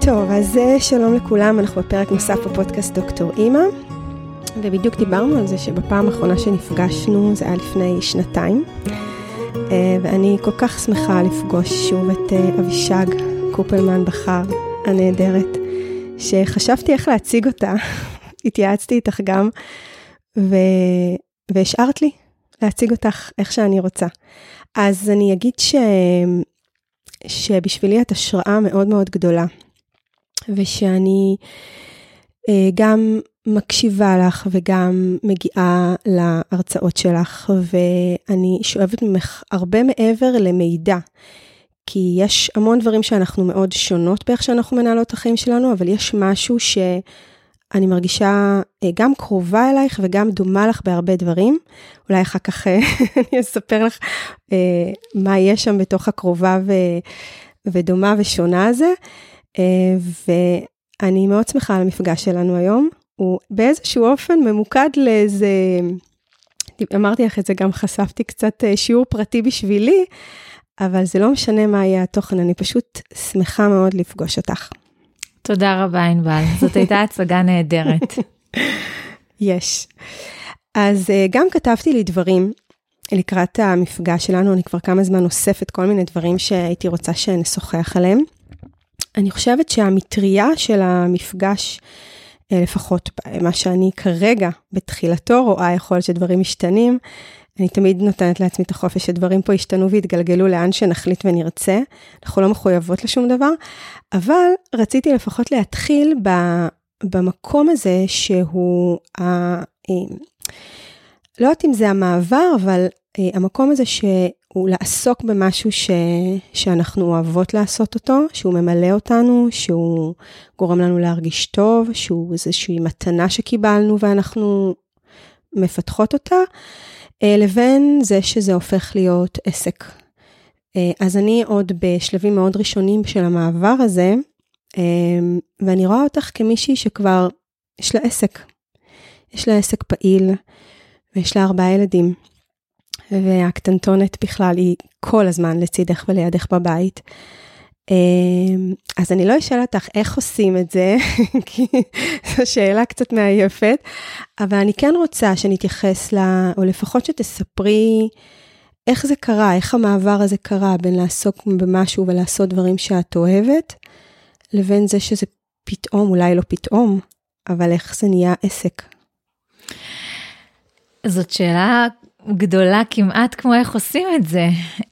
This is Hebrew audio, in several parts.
טוב, אז שלום לכולם, אנחנו בפרק נוסף בפודקאסט דוקטור אימא, ובדיוק דיברנו על זה שבפעם האחרונה שנפגשנו זה היה לפני 2 ואני כל כך שמחה לפגוש שוב את אבישג קופלמן בחר הנהדרת, שחשבתי איך להציג אותה, התייעצתי איתך גם, והשארת לי להציג אותך איך שאני רוצה. אז אני אגיד שבשבילי את השראה מאוד מאוד גדולה, ושאני גם מקשיבה לך וגם מגיעה להרצאות שלך, ואני שואבת ממך הרבה מעבר למידע, כי יש המון דברים שאנחנו מאוד שונות באיך שאנחנו מנהלות את החיים שלנו, אבל יש משהו שאני מרגישה גם קרובה אלייך וגם דומה לך בהרבה דברים. אולי אחר כך אני אספר לך מה יש שם בתוך הקרובה ודומה ושונה הזה. ואני מאוד שמחה על המפגש שלנו היום. הוא באיזשהו אופן ממוקד לאיזה, אמרתי לך את זה, גם חשפתי קצת שיעור פרטי בשבילי, אבל זה לא משנה מה יהיה התוכן, אני פשוט שמחה מאוד לפגוש אותך. תודה רבה ענבל, זאת הייתה הצגה נהדרת. יש. אז גם כתבתי לי דברים לקראת המפגש שלנו, אני כבר כמה זמן אוספת כל מיני דברים שהייתי רוצה שנשוחח עליהם. אני חושבת שהמטריה של המפגש, לפחות מה שאני כרגע בתחילתו רואה, יכול להיות שדברים משתנים, אני תמיד נותנת לעצמי את החופש שדברים פה ישתנו והתגלגלו לאן שנחליט ונרצה, אנחנו לא מחויבות לשום דבר, אבל רציתי לפחות להתחיל במקום הזה שהוא, לא יודעת אם זה המעבר, אבל המקום הזה שהוא לעסוק במשהו שאנחנו אוהבות לעשות אותו, שהוא ממלא אותנו, שהוא גורם לנו להרגיש טוב, שהוא איזושהי מתנה שקיבלנו ואנחנו מפתחות אותה, לבין זה שזה הופך להיות עסק. אז אני עוד בשלבים מאוד ראשונים של המעבר הזה, ואני רואה אותך כמישהי שכבר יש לה עסק. יש לה עסק פעיל, ויש לה 4 ילדים. והקטנטונת בכלל היא כל הזמן לצידך ולידך בבית. אז אני לא אשאל אותך איך עושים את זה, כי זו שאלה קצת מעייפת, אבל אני כן רוצה שנתייחס או לפחות שתספרי איך זה קרה, איך המעבר הזה קרה בין לעסוק במשהו ולעשות דברים שאת אוהבת, לבין זה שזה פתאום, אולי לא פתאום, אבל איך זה נהיה עסק. זאת שאלה גדולה כמעט כמו איך עושים את זה.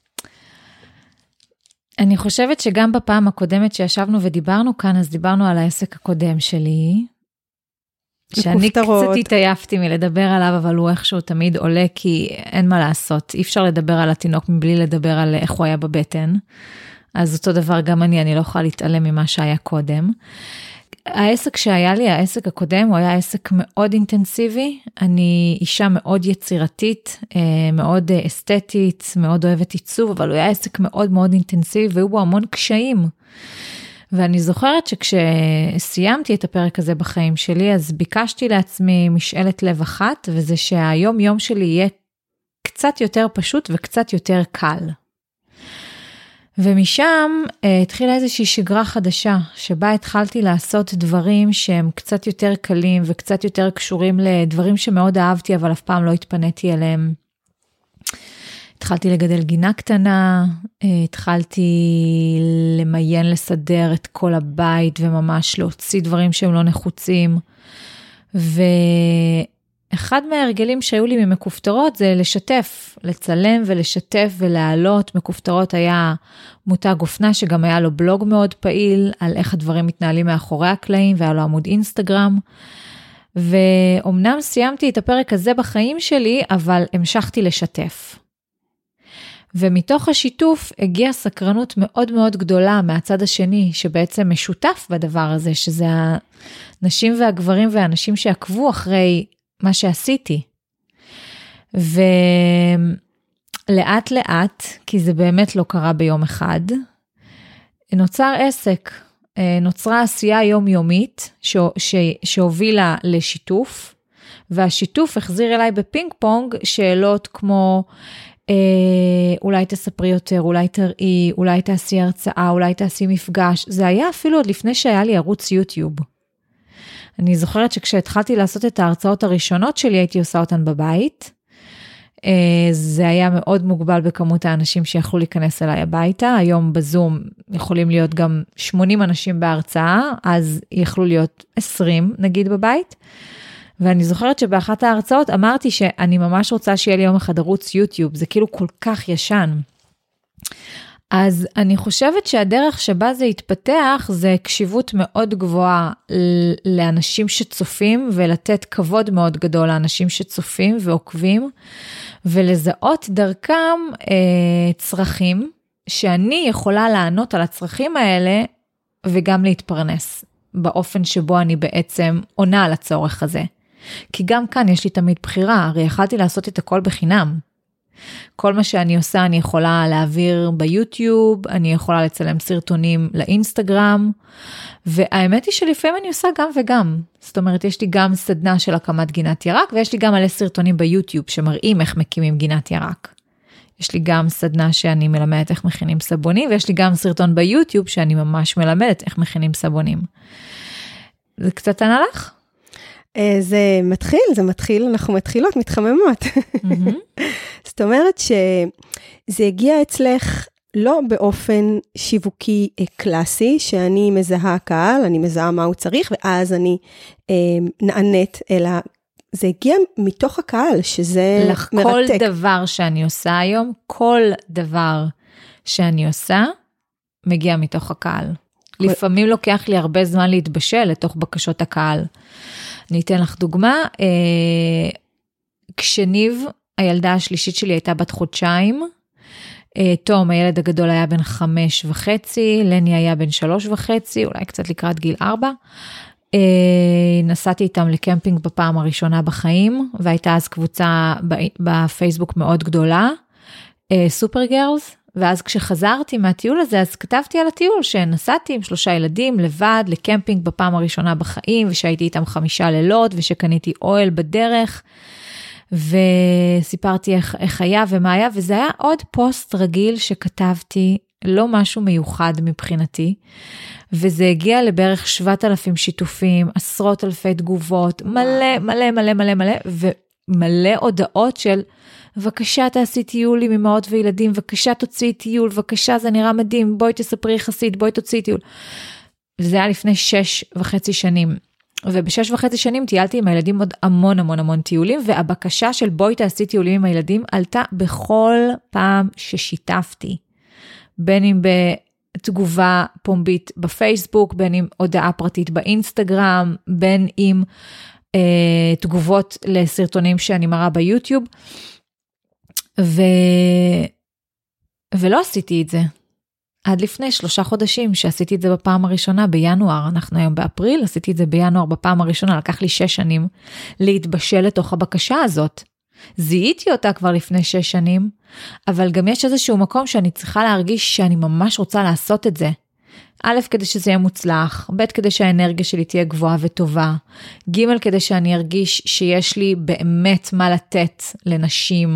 אני חושבת שגם בפעם הקודמת שישבנו ודיברנו כאן, אז דיברנו על העסק הקודם שלי, שאני קצת התעייפתי מלדבר עליו, אבל הוא איכשהו תמיד עולה, כי אין מה לעשות, אי אפשר לדבר על התינוק מבלי לדבר על איך הוא היה בבטן, אז אותו דבר גם אני לא יכולה להתעלם ממה שהיה קודם. העסק שהיה לי, העסק הקודם, הוא היה עסק מאוד אינטנסיבי, אני אישה מאוד יצירתית, מאוד אסתטית, מאוד אוהבת עיצוב, אבל הוא היה עסק מאוד מאוד אינטנסיבי, והיו בו המון קשיים. ואני זוכרת שכשסיימתי את הפרק הזה בחיים שלי, אז ביקשתי לעצמי משאלת לב אחת, וזה שהיום יום שלי יהיה קצת יותר פשוט וקצת יותר קל. ומשם התחילה איזושהי שגרה חדשה, שבה התחלתי לעשות דברים שהם קצת יותר קלים, וקצת יותר קשורים לדברים שמאוד אהבתי, אבל אף פעם לא התפניתי אליהם. התחלתי לגדל גינה קטנה, התחלתי למיין, לסדר את כל הבית, וממש להוציא דברים שהם לא נחוצים. אחד מההרגלים שהיו לי ממקופטרות זה לשתף, לצלם ולשתף ולהעלות. מקופטרות היה מותג אופנה שגם היה לו בלוג מאוד פעיל על איך הדברים מתנהלים מאחורי הקלעים, והיה לו עמוד אינסטגרם. ואומנם סיימתי את הפרק הזה בחיים שלי, אבל המשכתי לשתף. ומתוך השיתוף הגיעה סקרנות מאוד מאוד גדולה מהצד השני, שבעצם משותף בדבר הזה, שזה הנשים והגברים והאנשים שעקבו אחרי מה שעשיתי. ולאט לאט, כי זה באמת לא קרה ביום אחד, נוצר עסק, נוצרה עשייה יומיומית, שהובילה לשיתוף, והשיתוף החזיר אליי בפינג פונג שאלות כמו, אולי תספרי יותר, אולי תראי, אולי תעשי הרצאה, אולי תעשי מפגש. זה היה אפילו עוד לפני שהיה לי ערוץ יוטיוב. אני זוכרת שכשהתחלתי לעשות את ההרצאות הראשונות שלי, הייתי עושה אותן בבית. זה היה מאוד מוגבל בכמות האנשים שיכולו להיכנס אליי הביתה. היום בזום יכולים להיות גם 80 אנשים בהרצאה, אז יכלו להיות 20 נגיד בבית. ואני זוכרת שבאחת ההרצאות אמרתי שאני ממש רוצה שיהיה לי יום אחד ערוץ יוטיוב, זה כאילו כל כך ישן. אז אני חושבת שהדרך שבה זה התפתח, זה קשיבות מאוד גבוהה לאנשים שצופים, ולתת כבוד מאוד גדול לאנשים שצופים ועוקבים, ולזהות דרכם צרכים, שאני יכולה לענות על הצרכים האלה, וגם להתפרנס, באופן שבו אני בעצם עונה על הצורך הזה. כי גם כאן יש לי תמיד בחירה, הרי יכלתי לעשות את הכל בחינם. כל מה שאני עושה אני יכולה להעביר ביוטיוב, אני יכולה לצלם סרטונים לאינסטגרם, והאמת היא שלפעמים אני עושה גם וגם. זאת אומרת, יש לי גם סדנה של הקמת גינת ירק, ויש לי גם מלא סרטונים ביוטיוב שמראים איך מקימים גינת ירק. יש לי גם סדנה שאני מלמדת איך מכינים סבונים, ויש לי גם סרטון ביוטיוב שאני ממש מלמדת איך מכינים סבונים. זה קצת ענה לך? זה מתחיל, אנחנו מתחילות, מתחממות. זאת אומרת שזה הגיע אצלך לא באופן שיווקי קלאסי, שאני מזהה קהל, אני מזהה מה הוא צריך, ואז אני נענית, אלא זה הגיע מתוך הקהל, שזה מרתק. כל דבר שאני עושה היום, כל דבר שאני עושה, מגיע מתוך הקהל. לפעמים לוקח לי הרבה זמן להתבשל לתוך בקשות הקהל. אני אתן לך דוגמה, כשניב, הילדה השלישית שלי הייתה בת חודשיים, תום, הילד הגדול היה בן 5.5, לני היה בן 3.5, אולי קצת לקראת גיל 4, נסעתי איתם לקמפינג בפעם הראשונה בחיים, והייתה אז קבוצה בפייסבוק מאוד גדולה, סופר גרלס, ואז כשחזרתי מהטיול הזה, אז כתבתי על הטיול שנסעתי עם 3 ילדים לבד לקמפינג בפעם הראשונה בחיים, ושהייתי איתם 5 לילות, ושקניתי אוהל בדרך, וסיפרתי איך היה ומה היה, וזה היה עוד פוסט רגיל שכתבתי, לא משהו מיוחד מבחינתי, וזה הגיע לבערך 7,000 שיתופים, עשרות אלפי תגובות, מלא מלא מלא מלא מלא, ומלא הודעות של, בבקשה תעשי טיול עם אמהות וילדים, בבקשה תוציאי טיול, בבקשה זה נראה מדהים, בואי תספרי יחסית, בואי תוציאי טיול. וזה היה לפני 6.5 שנים. וב6.5 שנים טיילתי עם הילדים עוד המון המון המון טיולים, והבקשה של בואי תעשי טיולים עם הילדים עלתה בכל פעם ששיתפתי. בין אם בתגובה פומבית בפייסבוק, בין אם הודעה פרטית באינסטגרם, בין אם תגובות לסרטונים שאני מראה ביוטיוב, ולא עשיתי את זה. עד לפני 3 חודשים שעשיתי את זה בפעם הראשונה בינואר, אנחנו היום באפריל, עשיתי את זה בינואר בפעם הראשונה, לקח לי 6 שנים להתבשל לתוך הבקשה הזאת. זיהיתי אותה כבר לפני 6 שנים, אבל גם יש איזשהו מקום שאני צריכה להרגיש שאני ממש רוצה לעשות את זה. א', כדי שזה יהיה מוצלח, ב', כדי שהאנרגיה שלי תהיה גבוהה וטובה, ג', כדי שאני ארגיש שיש לי באמת מה לתת לנשים,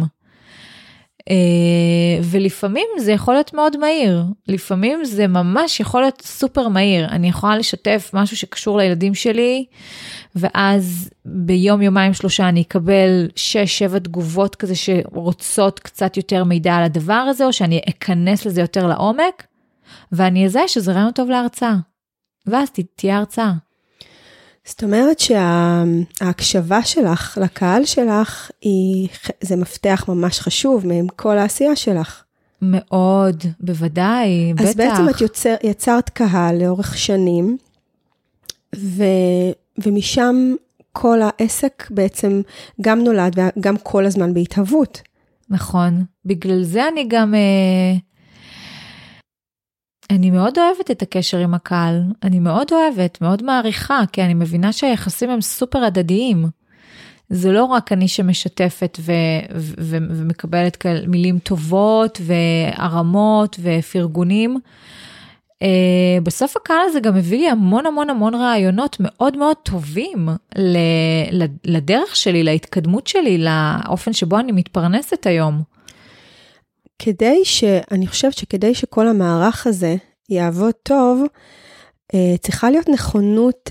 ולפעמים זה יכול להיות מאוד מהיר, לפעמים זה ממש יכול להיות סופר מהיר, אני יכולה לשתף משהו שקשור לילדים שלי, ואז ביום, יומיים, 3 אני אקבל 6-7 תגובות כזה שרוצות קצת יותר מידע על הדבר הזה, או שאני אכנס לזה יותר לעומק, ואני אזהה שזה רעיון טוב להרצאה, ואז תהיה הרצאה. זאת אומרת שההקשבה שלך לקהל שלך, זה מפתח ממש חשוב מכל העשייה שלך. מאוד, בוודאי, בטח. אז בעצם את יצרת קהל לאורך שנים, ומשם כל העסק בעצם גם נולד, וגם כל הזמן בהתהוות. נכון, בגלל זה אני גם... אני מאוד אוהבת את הקשר עם הקהל, אני מאוד אוהבת, מאוד מעריכה, כי אני מבינה שהיחסים הם סופר הדדיים. זה לא רק אני שמשתפת ומקבלת מילים טובות והרמות ופרגונים. בסוף הקהל הזה גם מביא לי המון המון המון רעיונות מאוד מאוד טובים לדרך שלי, להתקדמות שלי, לאופן שבו אני מתפרנסת היום. אני חושבת שכדי שכל המערך הזה יעבוד טוב, צריכה להיות נכונות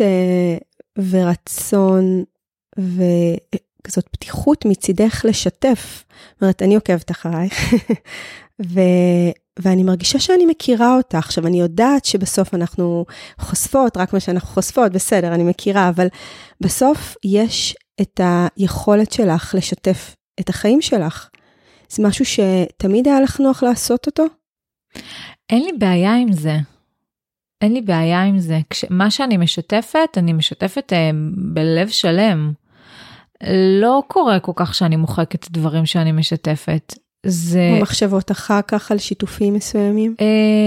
ורצון וכזאת פתיחות מצידך לשתף. זאת אומרת, אני עוקבת אחרייך, ואני מרגישה שאני מכירה אותך. עכשיו, אני יודעת שבסוף אנחנו חושפות, רק מה שאנחנו חושפות, בסדר, אני מכירה, אבל בסוף יש את היכולת שלך לשתף את החיים שלך. זה משהו שתמיד היה לך נוח לעשות אותו? אין לי בעיה עם זה. אין לי בעיה עם זה. מה שאני משתפת, אני משתפת בלב שלם. לא קורה כל כך שאני מוחקת את דברים שאני משתפת. או מחשבות אחר כך על שיתופים מסוימים?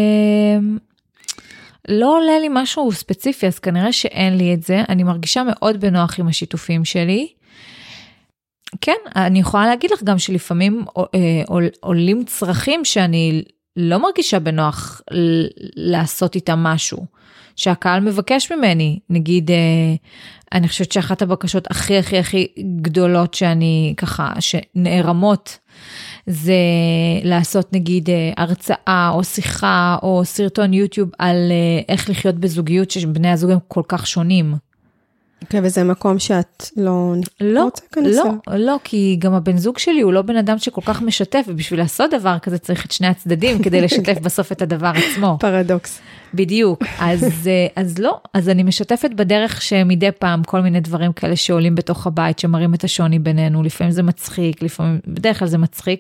לא עולה לי משהו ספציפי, אז כנראה שאין לי את זה. אני מרגישה מאוד בנוח עם השיתופים שלי. כן, אני יכולה להגיד לך גם שלפעמים עולים צרכים שאני לא מרגישה בנוח לעשות איתם משהו, שהקהל מבקש ממני. נגיד, אני חושבת שאחת הבקשות הכי הכי הכי גדולות שאני ככה, שנערמות, זה לעשות נגיד הרצאה או שיחה או סרטון יוטיוב על איך לחיות בזוגיות שבני הזוג הם כל כך שונים. אוקיי, וזה מקום שאת לא רוצה להיכנס אליו? לא, כי גם הבן זוג שלי הוא לא בן אדם שכל כך משתף, ובשביל לעשות דבר כזה צריך את שני הצדדים, כדי לשתף בסוף את הדבר עצמו. פרדוקס. בדיוק, אז לא, אז אני משתפת בדרך שמדי פעם כל מיני דברים כאלה שעולים בתוך הבית, שמראים את השוני בינינו, לפעמים זה מצחיק, לפעמים, בדרך כלל זה מצחיק,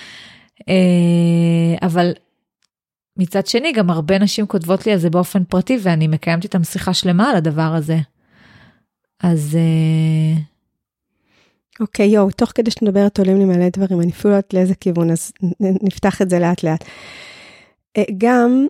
אבל מצד שני גם הרבה נשים כותבות לי על זה באופן פרטי, ואני מקיימת איתם שיחה שלמה על הדבר הזה. אז אוקיי, תוך כדי שנדברת עולים לי מלא דברים, אני אפילו לא יודעת לאיזה כיוון, אז נפתח את זה לאט לאט. גם,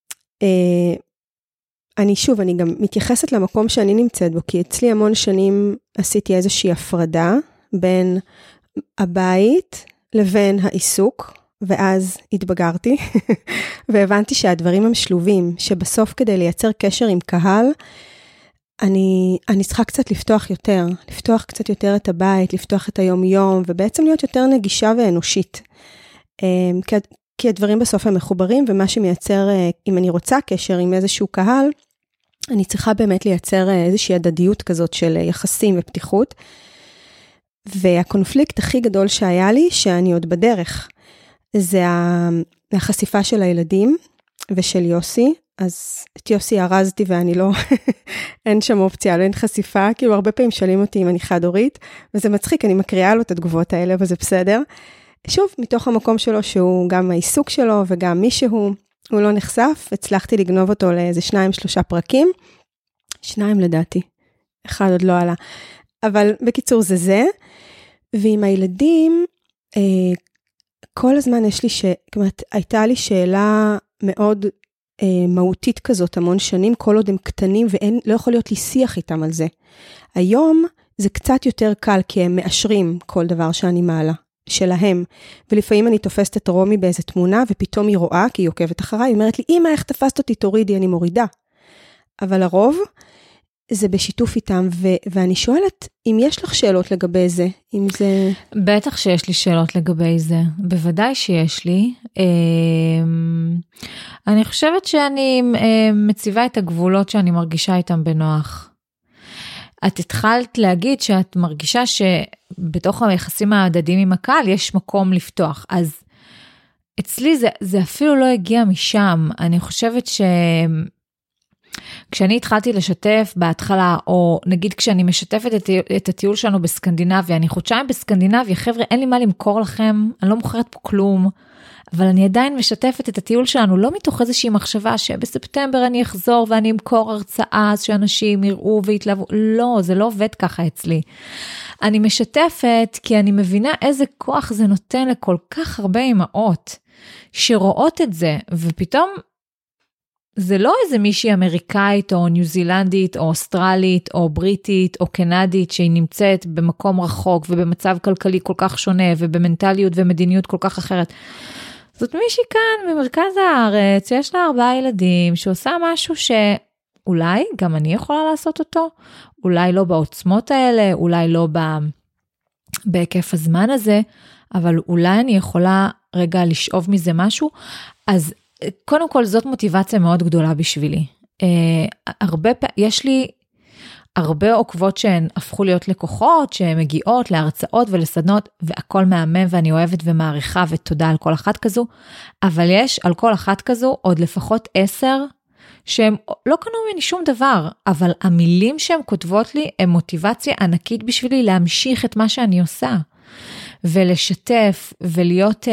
אני גם מתייחסת למקום שאני נמצאת בו, כי אצלי המון שנים עשיתי איזושהי הפרדה, בין הבית לבין העיסוק, ואז התבגרתי, והבנתי שהדברים הם שלובים, שבסוף כדי לייצר קשר עם קהל, אני צריכה קצת לפתוח קצת יותר את הבית, לפתוח את היום יום, ובעצם להיות יותר נגישה ואנושית. כי הדברים בסוף הם מחוברים, ומה שמייצר, אם אני רוצה קשר עם איזשהו קהל, אני צריכה באמת לייצר איזושהי הדדיות כזאת של יחסים ופתיחות. והקונפליקט הכי גדול שהיה לי, שאני עוד בדרך, זה החשיפה של הילדים ושל יוסי. אז את יוסי הרזתי ואני לא, אין שם אופציה, לא אין חשיפה, כאילו הרבה פעמים שואלים אותי אם אני חד-הורית, וזה מצחיק, אני מקריאה לו את התגובות האלה, וזה בסדר. שוב, מתוך המקום שלו, שהוא גם העיסוק שלו, וגם מישהו, הוא לא נחשף, הצלחתי לגנוב אותו לאיזה 2-3 פרקים, 2 לדעתי, 1 עוד לא עלה, אבל בקיצור זה, ועם הילדים, כל הזמן יש לי, כלומר, הייתה לי שאלה מאוד, מהותית כזאת המון שנים, כל עוד הם קטנים ולא יכול להיות לי שיח איתם על זה. היום זה קצת יותר קל, כי הם מאשרים כל דבר שאני מעלה, שלהם. ולפעמים אני תופסת את רומי באיזה תמונה, ופתאום היא רואה, כי היא עוקבת אחריי, היא אומרת לי, אמא, איך תפסת אותי, תורידי, אני מורידה. אבל הרוב, זה בשיתוף איתם, ואני שואלת, אם יש לך שאלות לגבי זה, אם זה... בטח שיש לי שאלות לגבי זה, בוודאי שיש לי. אני חושבת שאני מציבה את הגבולות שאני מרגישה איתם בנוח. את התחלת להגיד שאת מרגישה שבתוך היחסים ההדדיים עם הקהל יש מקום לפתוח, אז אצלי זה אפילו לא הגיע משם. אני חושבת כשאני התחלתי לשתף בהתחלה, או נגיד כשאני משתפת את הטיול שלנו בסקנדינביה, אני חודשיים בסקנדינביה, חבר'ה, אין לי מה למכור לכם, אני לא מוכרת פה כלום, אבל אני עדיין משתפת את הטיול שלנו, לא מתוך איזושהי מחשבה שבספטמבר אני אחזור ואני אמכור הרצאה, אז שאנשים יראו ויתלוו, לא, זה לא עובד ככה אצלי. אני משתפת כי אני מבינה איזה כוח זה נותן לכל כך הרבה אמהות, שרואות את זה, ופתאום, זה לא איזה מישהי אמריקאית או ניו זילנדית או אוסטרלית או בריטית או קנדית שהיא נמצאת במקום רחוק ובמצב כלכלי כל כך שונה ובמנטליות ומדיניות כל כך אחרת. זאת מישהי כאן במרכז הארץ, יש לה 4 ילדים, שעושה משהו שאולי גם אני יכולה לעשות אותו, אולי לא בעוצמות האלה, אולי לא בהיקף הזמן הזה, אבל אולי אני יכולה רגע לשאוב מזה משהו, אז קודם כל זאת מוטיבציה מאוד גדולה בשבילי. יש לי הרבה עוקבות שהן הפכו להיות לקוחות, שהן מגיעות להרצאות ולסדנות, והכל מהמם ואני אוהבת ומעריכה ותודה על כל אחת כזו, אבל יש על כל אחת כזו עוד לפחות 10, שהם לא קנו ממני שום דבר, אבל המילים שהן כותבות לי, הן מוטיבציה ענקית בשבילי להמשיך את מה שאני עושה, ולשתף, ולהיות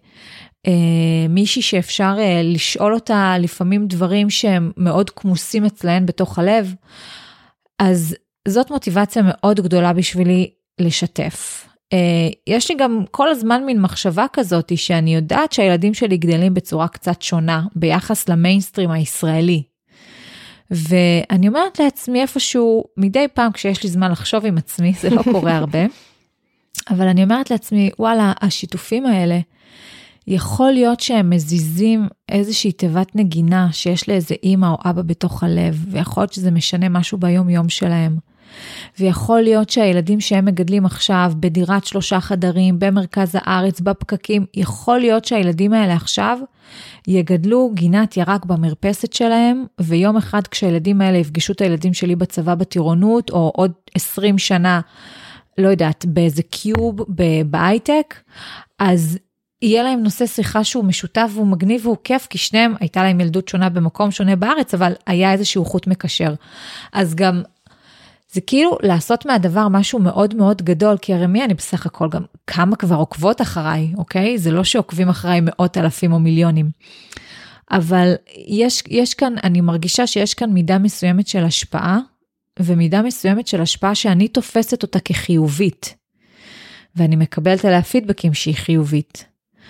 מישהי שאפשר לשאול אותה לפעמים דברים שהם מאוד כמוסים אצלהן בתוך הלב, אז זאת מוטיבציה מאוד גדולה בשבילי לשתף. יש לי גם כל הזמן מין מחשבה כזאת, שאני יודעת שהילדים שלי גדלים בצורה קצת שונה, ביחס למיינסטרים הישראלי. ואני אומרת לעצמי איפשהו, מדי פעם כשיש לי זמן לחשוב עם עצמי, זה לא קורה הרבה, אבל אני אומרת לעצמי, וואלה, השיתופים האלה, יכול להיות שהם מזיזים איזושהי תיבת נגינה, שיש לאיזה אמא או אבא בתוך הלב, ויכול להיות שזה משנה משהו ביום יום שלהם. ויכול להיות שהילדים שהם מגדלים עכשיו, בדירת 3 חדרים, במרכז הארץ, בפקקים, יכול להיות שהילדים האלה עכשיו, יגדלו גינת ירק במרפסת שלהם, ויום אחד כשהילדים האלה יפגשו את הילדים שלי בצבא בטירונות, או עוד 20 שנה, לא יודעת, באיזה קיוב, בהייטק, אז יהיה להם נושא שיחה שהוא משותף והוא מגניב והוא כיף, כי שניהם הייתה להם ילדות שונה במקום שונה בארץ, אבל היה איזשהו חוט מקשר. אז גם, זה כאילו לעשות מהדבר משהו מאוד מאוד גדול, כי הרי מי אני בסך הכל גם כמה כבר עוקבות אחריי, אוקיי? זה לא שעוקבים אחריי 100,000 או מיליונים. אבל יש כאן, אני מרגישה שיש כאן מידה מסוימת של השפעה, ומידה מסוימת של השפעה שאני תופסת אותה כחיובית. ואני מקבלת עליה פידבקים שהיא חיובית.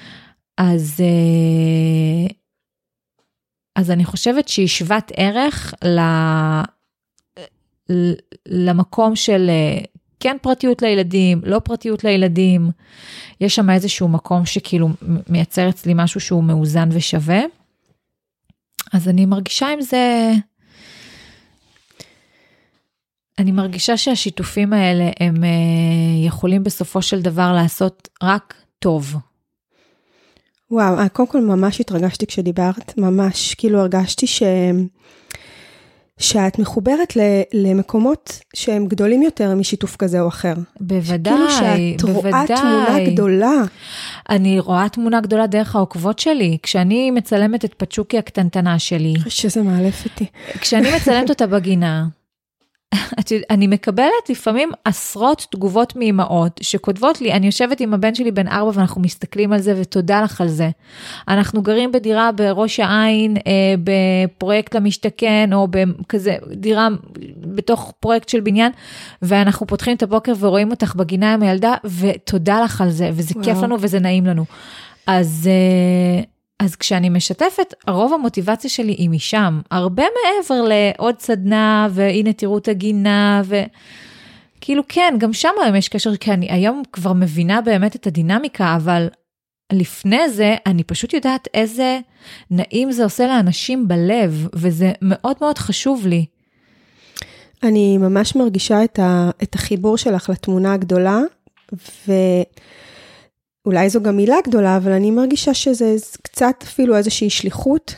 אז אני חושבת שהיא שוות ערך למקום של כן פרטיות לילדים, לא פרטיות לילדים. יש שם איזשהו מקום שכאילו מייצר אצלי משהו שהוא מאוזן ושווה. אז אני מרגישה עם זה, אני מרגישה שהשיתופים האלה הם יכולים בסופו של דבר לעשות רק טוב. וואו, קודם כל ממש התרגשתי כשדיברת, ממש כאילו הרגשתי שאת מחוברת למקומות שהם גדולים יותר משיתוף כזה או אחר. בוודאי, כאילו שאת רואה תמונה גדולה. אני רואה תמונה גדולה דרך העוקבות שלי. כשאני מצלמת את פצ'וקי הקטנטנה שלי. שזה מאלף אותי. כשאני מצלמת אותה בגינה, אני מקבלת לפעמים עשרות תגובות מאמאות שכותבות לי, אני יושבת עם הבן שלי בן 4 ואנחנו מסתכלים על זה ותודה לך על זה. אנחנו גרים בדירה בראש העין, בפרויקט למשתכן או בכזה דירה בתוך פרויקט של בניין, ואנחנו פותחים את הבוקר ורואים אותך בגינה עם הילדה ותודה לך על זה, וזה כיף לנו וזה נעים לנו. אז כשאני משתפת, הרוב המוטיבציה שלי היא משם, הרבה מעבר לעוד סדנה, והנה תראו את הגינה, וכאילו כן, גם שם היום יש קשר, כי אני היום כבר מבינה באמת את הדינמיקה, אבל לפני זה, אני פשוט יודעת איזה נעים זה עושה לאנשים בלב, וזה מאוד מאוד חשוב לי. אני ממש מרגישה את החיבור שלך לתמונה הגדולה, אולי זו גם מילה גדולה, אבל אני מרגישה שזה קצת אפילו איזושהי שליחות,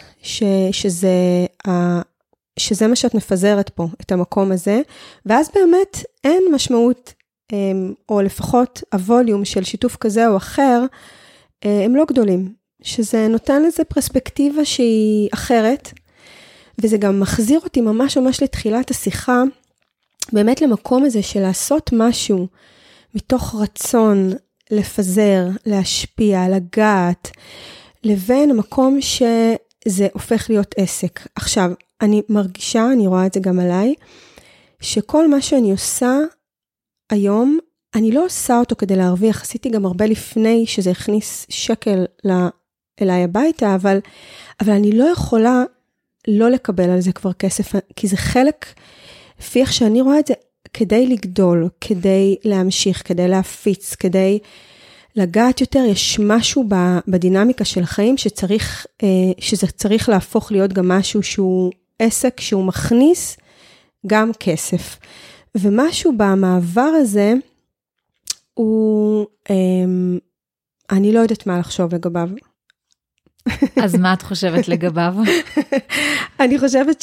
שזה מה שאת מפזרת פה, את המקום הזה, ואז באמת אין משמעות, או לפחות הווליום של שיתוף כזה או אחר, הם לא גדולים, שזה נותן לזה פרספקטיבה שהיא אחרת, וזה גם מחזיר אותי ממש ממש לתחילת השיחה, באמת למקום הזה של לעשות משהו, מתוך רצון, לפזר, להשפיע, לגעת, לבין המקום שזה הופך להיות עסק. עכשיו, אני מרגישה, אני רואה את זה גם עליי, שכל מה שאני עושה היום, אני לא עושה אותו כדי להרוויח, עשיתי גם הרבה לפני שזה הכניס שקל אליי הביתה, אבל אני לא יכולה לא לקבל על זה כבר כסף, כי זה חלק, לפי איך שאני רואה את זה, כדי לגדול, כדי להמשיך, כדי להפיץ, כדי לגעת יותר, יש משהו בדינמיקה של החיים שזה צריך להפוך להיות גם משהו שהוא עסק, שהוא מכניס גם כסף. ומשהו במעבר הזה, הוא אני לא יודעת מה לחשוב לגביו. אז מה את חושבת לגביו? אני חושבת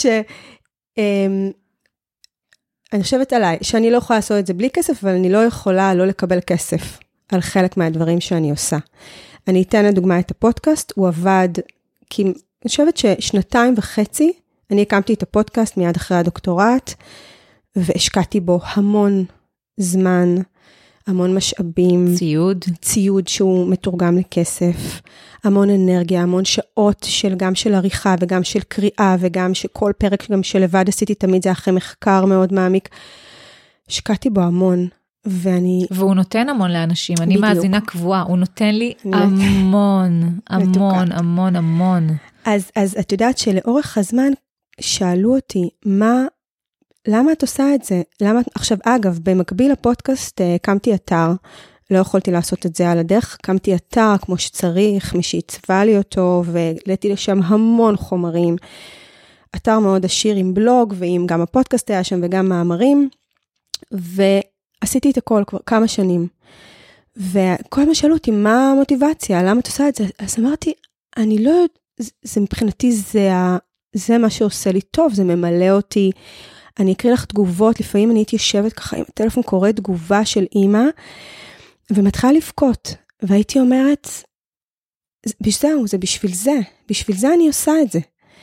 אני חושבת עליי, שאני לא יכולה לעשות את זה בלי כסף, אבל אני לא יכולה לא לקבל כסף על חלק מהדברים שאני עושה. אני אתן לדוגמה את הפודקאסט, הוא עבד, כי אני חושבת ששנתיים וחצי, אני הקמתי את הפודקאסט מיד אחרי הדוקטורט, והשקעתי בו המון זמן, המון משאבים. ציוד שהוא מתורגם לכסף, המון אנרגיה, המון שעות גם של עריכה וגם של קריאה, וגם שכל פרק גם שלבד עשיתי תמיד זה אחרי מחקר מאוד מעמיק. השקעתי בו המון, והוא נותן המון לאנשים, אני מאזינה קבועה, הוא נותן לי המון, המון, המון, המון. אז את יודעת שלאורך הזמן שאלו אותי, למה את עושה את זה? עכשיו, אגב, במקביל לפודקאסט, קמתי אתר, לא יכולתי לעשות את זה על הדרך, קמתי אתר כמו שצריך, מי שעיצבה לי אותו, והעליתי לשם המון חומרים. אתר מאוד עשיר עם בלוג, ועם גם הפודקאסט היה שם וגם מאמרים, ועשיתי את הכל כבר כמה שנים. וכל מה שאלו אותי, מה המוטיבציה? למה את עושה את זה? אז אמרתי, אני לא יודעת, זה מבחינתי, זה מה שעושה לי טוב, זה ממלא אותי. אני אקריא לך תגובות, לפעמים אני הייתי יושבת ככה עם הטלפון, קורא תגובה של אמא, ומתחילה לבכות, והייתי אומרת, זה בשביל זה אני עושה את זה.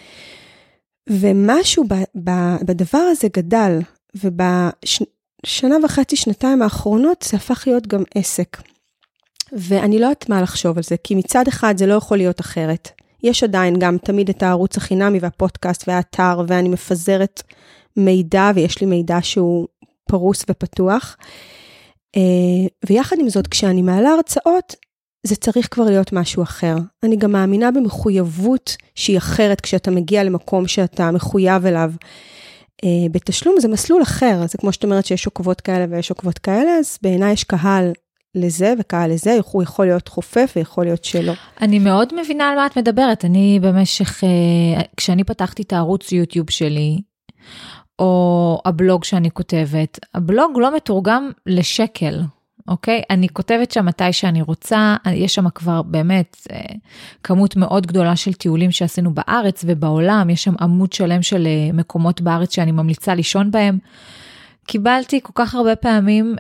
ומשהו בדבר הזה גדל, ובשנה וחצי, שנתיים האחרונות, זה הפך להיות גם עסק. ואני לא יודעת מה לחשוב על זה, כי מצד אחד זה לא יכול להיות אחרת. יש עדיין גם תמיד את הערוץ החינמי והפודקאסט והאתר, ואני מפזרת מידע, ויש לי מידע שהוא פרוס ופתוח. ויחד עם זאת, כשאני מעלה הרצאות, זה צריך כבר להיות משהו אחר. אני גם מאמינה במחויבות שהיא אחרת, כשאתה מגיע למקום שאתה מחויב אליו. בתשלום זה מסלול אחר, זה כמו שאת אומרת שיש עוקבות כאלה ויש עוקבות כאלה, אז בעיניי יש קהל לזה וקהל לזה, הוא יכול להיות חופף ויכול להיות שלא. אני מאוד מבינה על מה את מדברת, אני במשך, כשאני פתחתי את הערוץ יוטיוב שלי, או הבלוג שאני כותבת, הבלוג לא מתורגם לשקל, אוקיי? אני כותבת שם מתי שאני רוצה, יש שם כבר באמת כמות מאוד גדולה של טיולים שעשינו בארץ ובעולם, יש שם עמוד שלם של מקומות בארץ שאני ממליצה לישון בהם. קיבלתי כל כך הרבה פעמים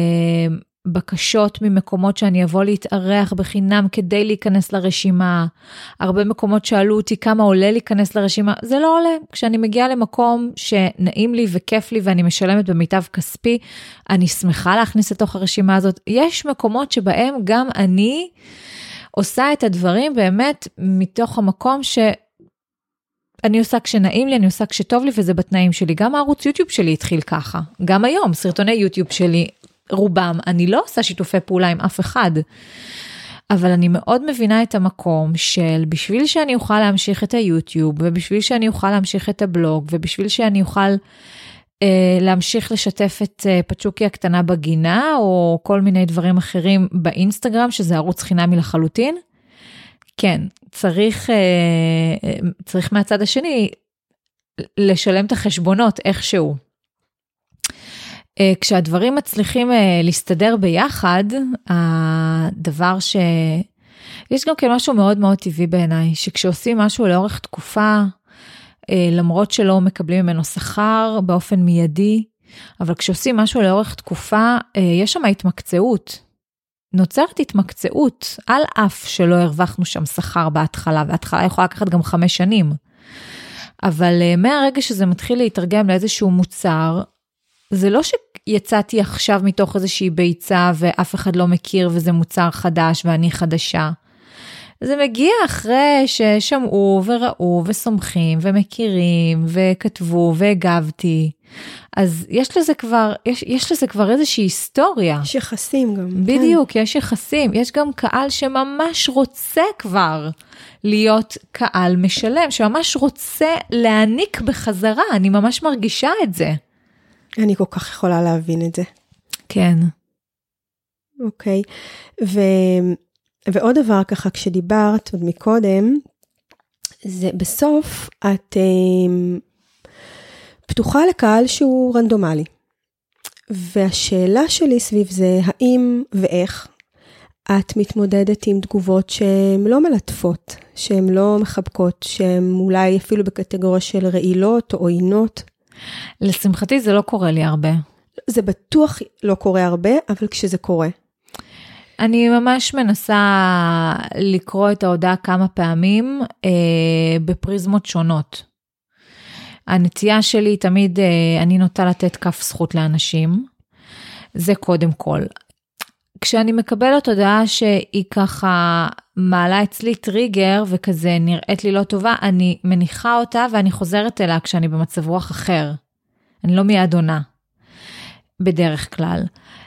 בקשות ממקומות שאני אבוא להתארח בחינם כדי להיכנס לרשימה. הרבה מקומות שאלו אותי כמה עולה להיכנס לרשימה. זה לא עולה. כשאני מגיעה למקום שנעים לי וכיף לי ואני משלמת במיטב כספי, אני שמחה להכניס לתוך הרשימה הזאת. יש מקומות שבהם גם אני עושה את הדברים באמת מתוך המקום אני עושה כשנעים לי, אני עושה כשטוב לי וזה בתנאים שלי. גם הערוץ יוטיוב שלי התחיל ככה. גם היום, סרטוני יוטיוב שלי רובם, אני לא עושה שיתופי פעולה עם אף אחד, אבל אני מאוד מבינה את המקום של בשביל שאני אוכל להמשיך את היוטיוב, ובשביל שאני אוכל להמשיך את הבלוג, ובשביל שאני אוכל להמשיך לשתף את פצ'וקי הקטנה בגינה, או כל מיני דברים אחרים באינסטגרם, שזה ערוץ חינמי לחלוטין, כן, צריך מהצד השני לשלם את החשבונות איכשהו. כשהדברים מצליחים להסתדר ביחד, הדבר יש גם כן משהו מאוד מאוד טבעי בעיניי, שכשעושים משהו לאורך תקופה, למרות שלא מקבלים ממנו שכר באופן מיידי, אבל כשעושים משהו לאורך תקופה, יש שם התמקצעות. נוצרת התמקצעות, על אף שלא הרווחנו שם שכר בהתחלה, וההתחלה יכולה לקחת גם 5 שנים. אבל מהרגע שזה מתחיל להתרגם לאיזשהו מוצר, זה לא שיצאתי עכשיו מתוך איזושהי ביצה ואף אחד לא מכיר וזה מוצר חדש ואני חדשה. זה מגיע אחרי ששמעו וראו וסומכים ומכירים וכתבו והגבתי. אז יש לזה כבר איזושהי היסטוריה. יש יחסים גם. בדיוק, כן. יש יחסים. יש גם קהל שממש רוצה כבר להיות קהל משלם, שממש רוצה להעניק בחזרה. אני ממש מרגישה את זה. אני כל כך יכולה להבין את זה. כן. אוקיי. ועוד דבר ככה, כשדיברת עוד מקודם, זה בסוף את פתוחה לקהל שהוא רנדומלי. והשאלה שלי סביב זה, האם ואיך את מתמודדת עם תגובות שהן לא מלטפות, שהן לא מחבקות, שהן אולי אפילו בקטגוריה של רעילות או עוינות? לשמחתי זה לא קורה לי הרבה. זה בטוח לא קורה הרבה, אבל כשזה קורה. אני ממש מנסה לקרוא את ההודעה כמה פעמים בפריזמות שונות. הנטייה שלי תמיד, אני נוטה לתת כף זכות לאנשים, זה קודם כל. כשאני מקבלת הודעה שהיא ככה מעלה אצלי טריגר וכזה נראית לי לא טובה, אני מניחה אותה ואני חוזרת אליה כשאני במצב רוח אחר. אני לא מיד עונה, בדרך כלל.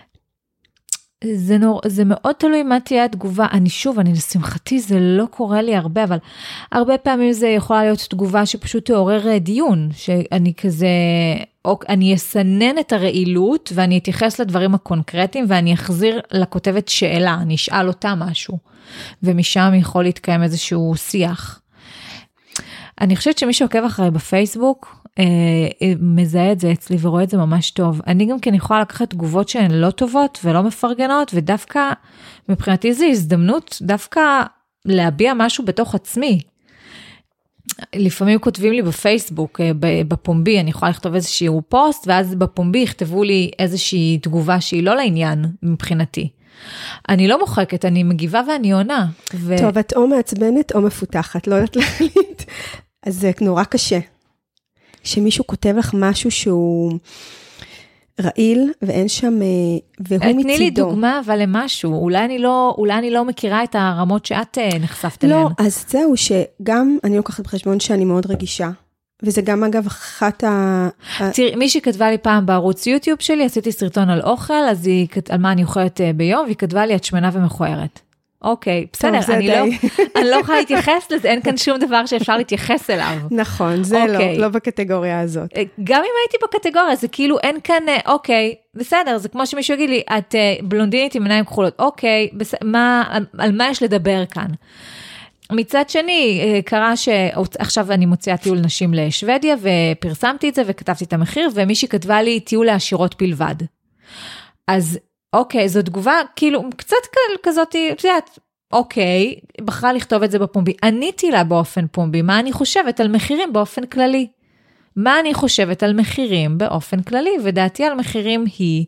זה מאוד תלוי מה תהיה התגובה. אני לשמחתי זה לא קורה לי הרבה, אבל הרבה פעמים זה יכולה להיות תגובה שפשוט תעורר דיון, שאני כזה, אני אסנן את הרעילות, ואני אתייחס לדברים הקונקרטיים, ואני אחזיר לכותבת שאלה, אני אשאל אותה משהו, ומשם יכול להתקיים איזשהו שיח. אני חושבת שמי שעוקב אחרי בפייסבוק, מזהה את זה אצלי ורואה את זה ממש טוב. אני גם כן יכולה לקחת תגובות שהן לא טובות ולא מפרגנות, ודווקא מבחינתי זו הזדמנות דווקא להביע משהו בתוך עצמי. לפעמים כותבים לי בפייסבוק, בפומבי, אני יכולה לכתוב איזשהו פוסט, ואז בפומבי יכתבו לי איזושהי תגובה שהיא לא לעניין מבחינתי. אני לא מוחקת, אני מגיבה ואני עונה. טוב, את או מעצבנת או מפותחת, לא יודעת להחליט. אז זה נורא קשה. שמישהו כותב לך משהו שהוא רעיל, ואין שם, והוא מצידו. תני לי דוגמה, אבל למשהו. אולי אני לא מכירה את הרמות שאת נחשפת אליהן. לא, אז זהו שגם אני לוקחת בחשבון שאני מאוד רגישה. וזה גם אגב אחת תראי, מישהי כתבה לי פעם בערוץ יוטיוב שלי, עשיתי סרטון על אוכל, אז על מה אני אוכלת ביום, והיא כתבה לי, את שמנה ומכוערת. אוקיי, בסדר, אני לא יכולה להתייחס לזה, אין כאן שום דבר שאפשר להתייחס אליו. נכון, זה לא בקטגוריה הזאת. גם אם הייתי בקטגוריה, זה כאילו אין כאן, אוקיי, בסדר, זה כמו שמישהו יגיד לי, את בלונדינית עם עיניים כחולות, אוקיי, על מה יש לדבר כאן? מצד שני, קרה שעכשיו אני מוציאה טיול נשים לשוודיה, ופרסמתי את זה וכתבתי את המחיר, ומישהי כתבה לי טיול לעשירות בלבד. אז אוקיי, זו תגובה, כאילו, קצת כזאת, את יודעת, אוקיי, בחרה לכתוב את זה בפומבי. עניתי לה באופן פומבי, מה אני חושבת על מחירים באופן כללי? מה אני חושבת על מחירים באופן כללי? ודעתי על מחירים היא,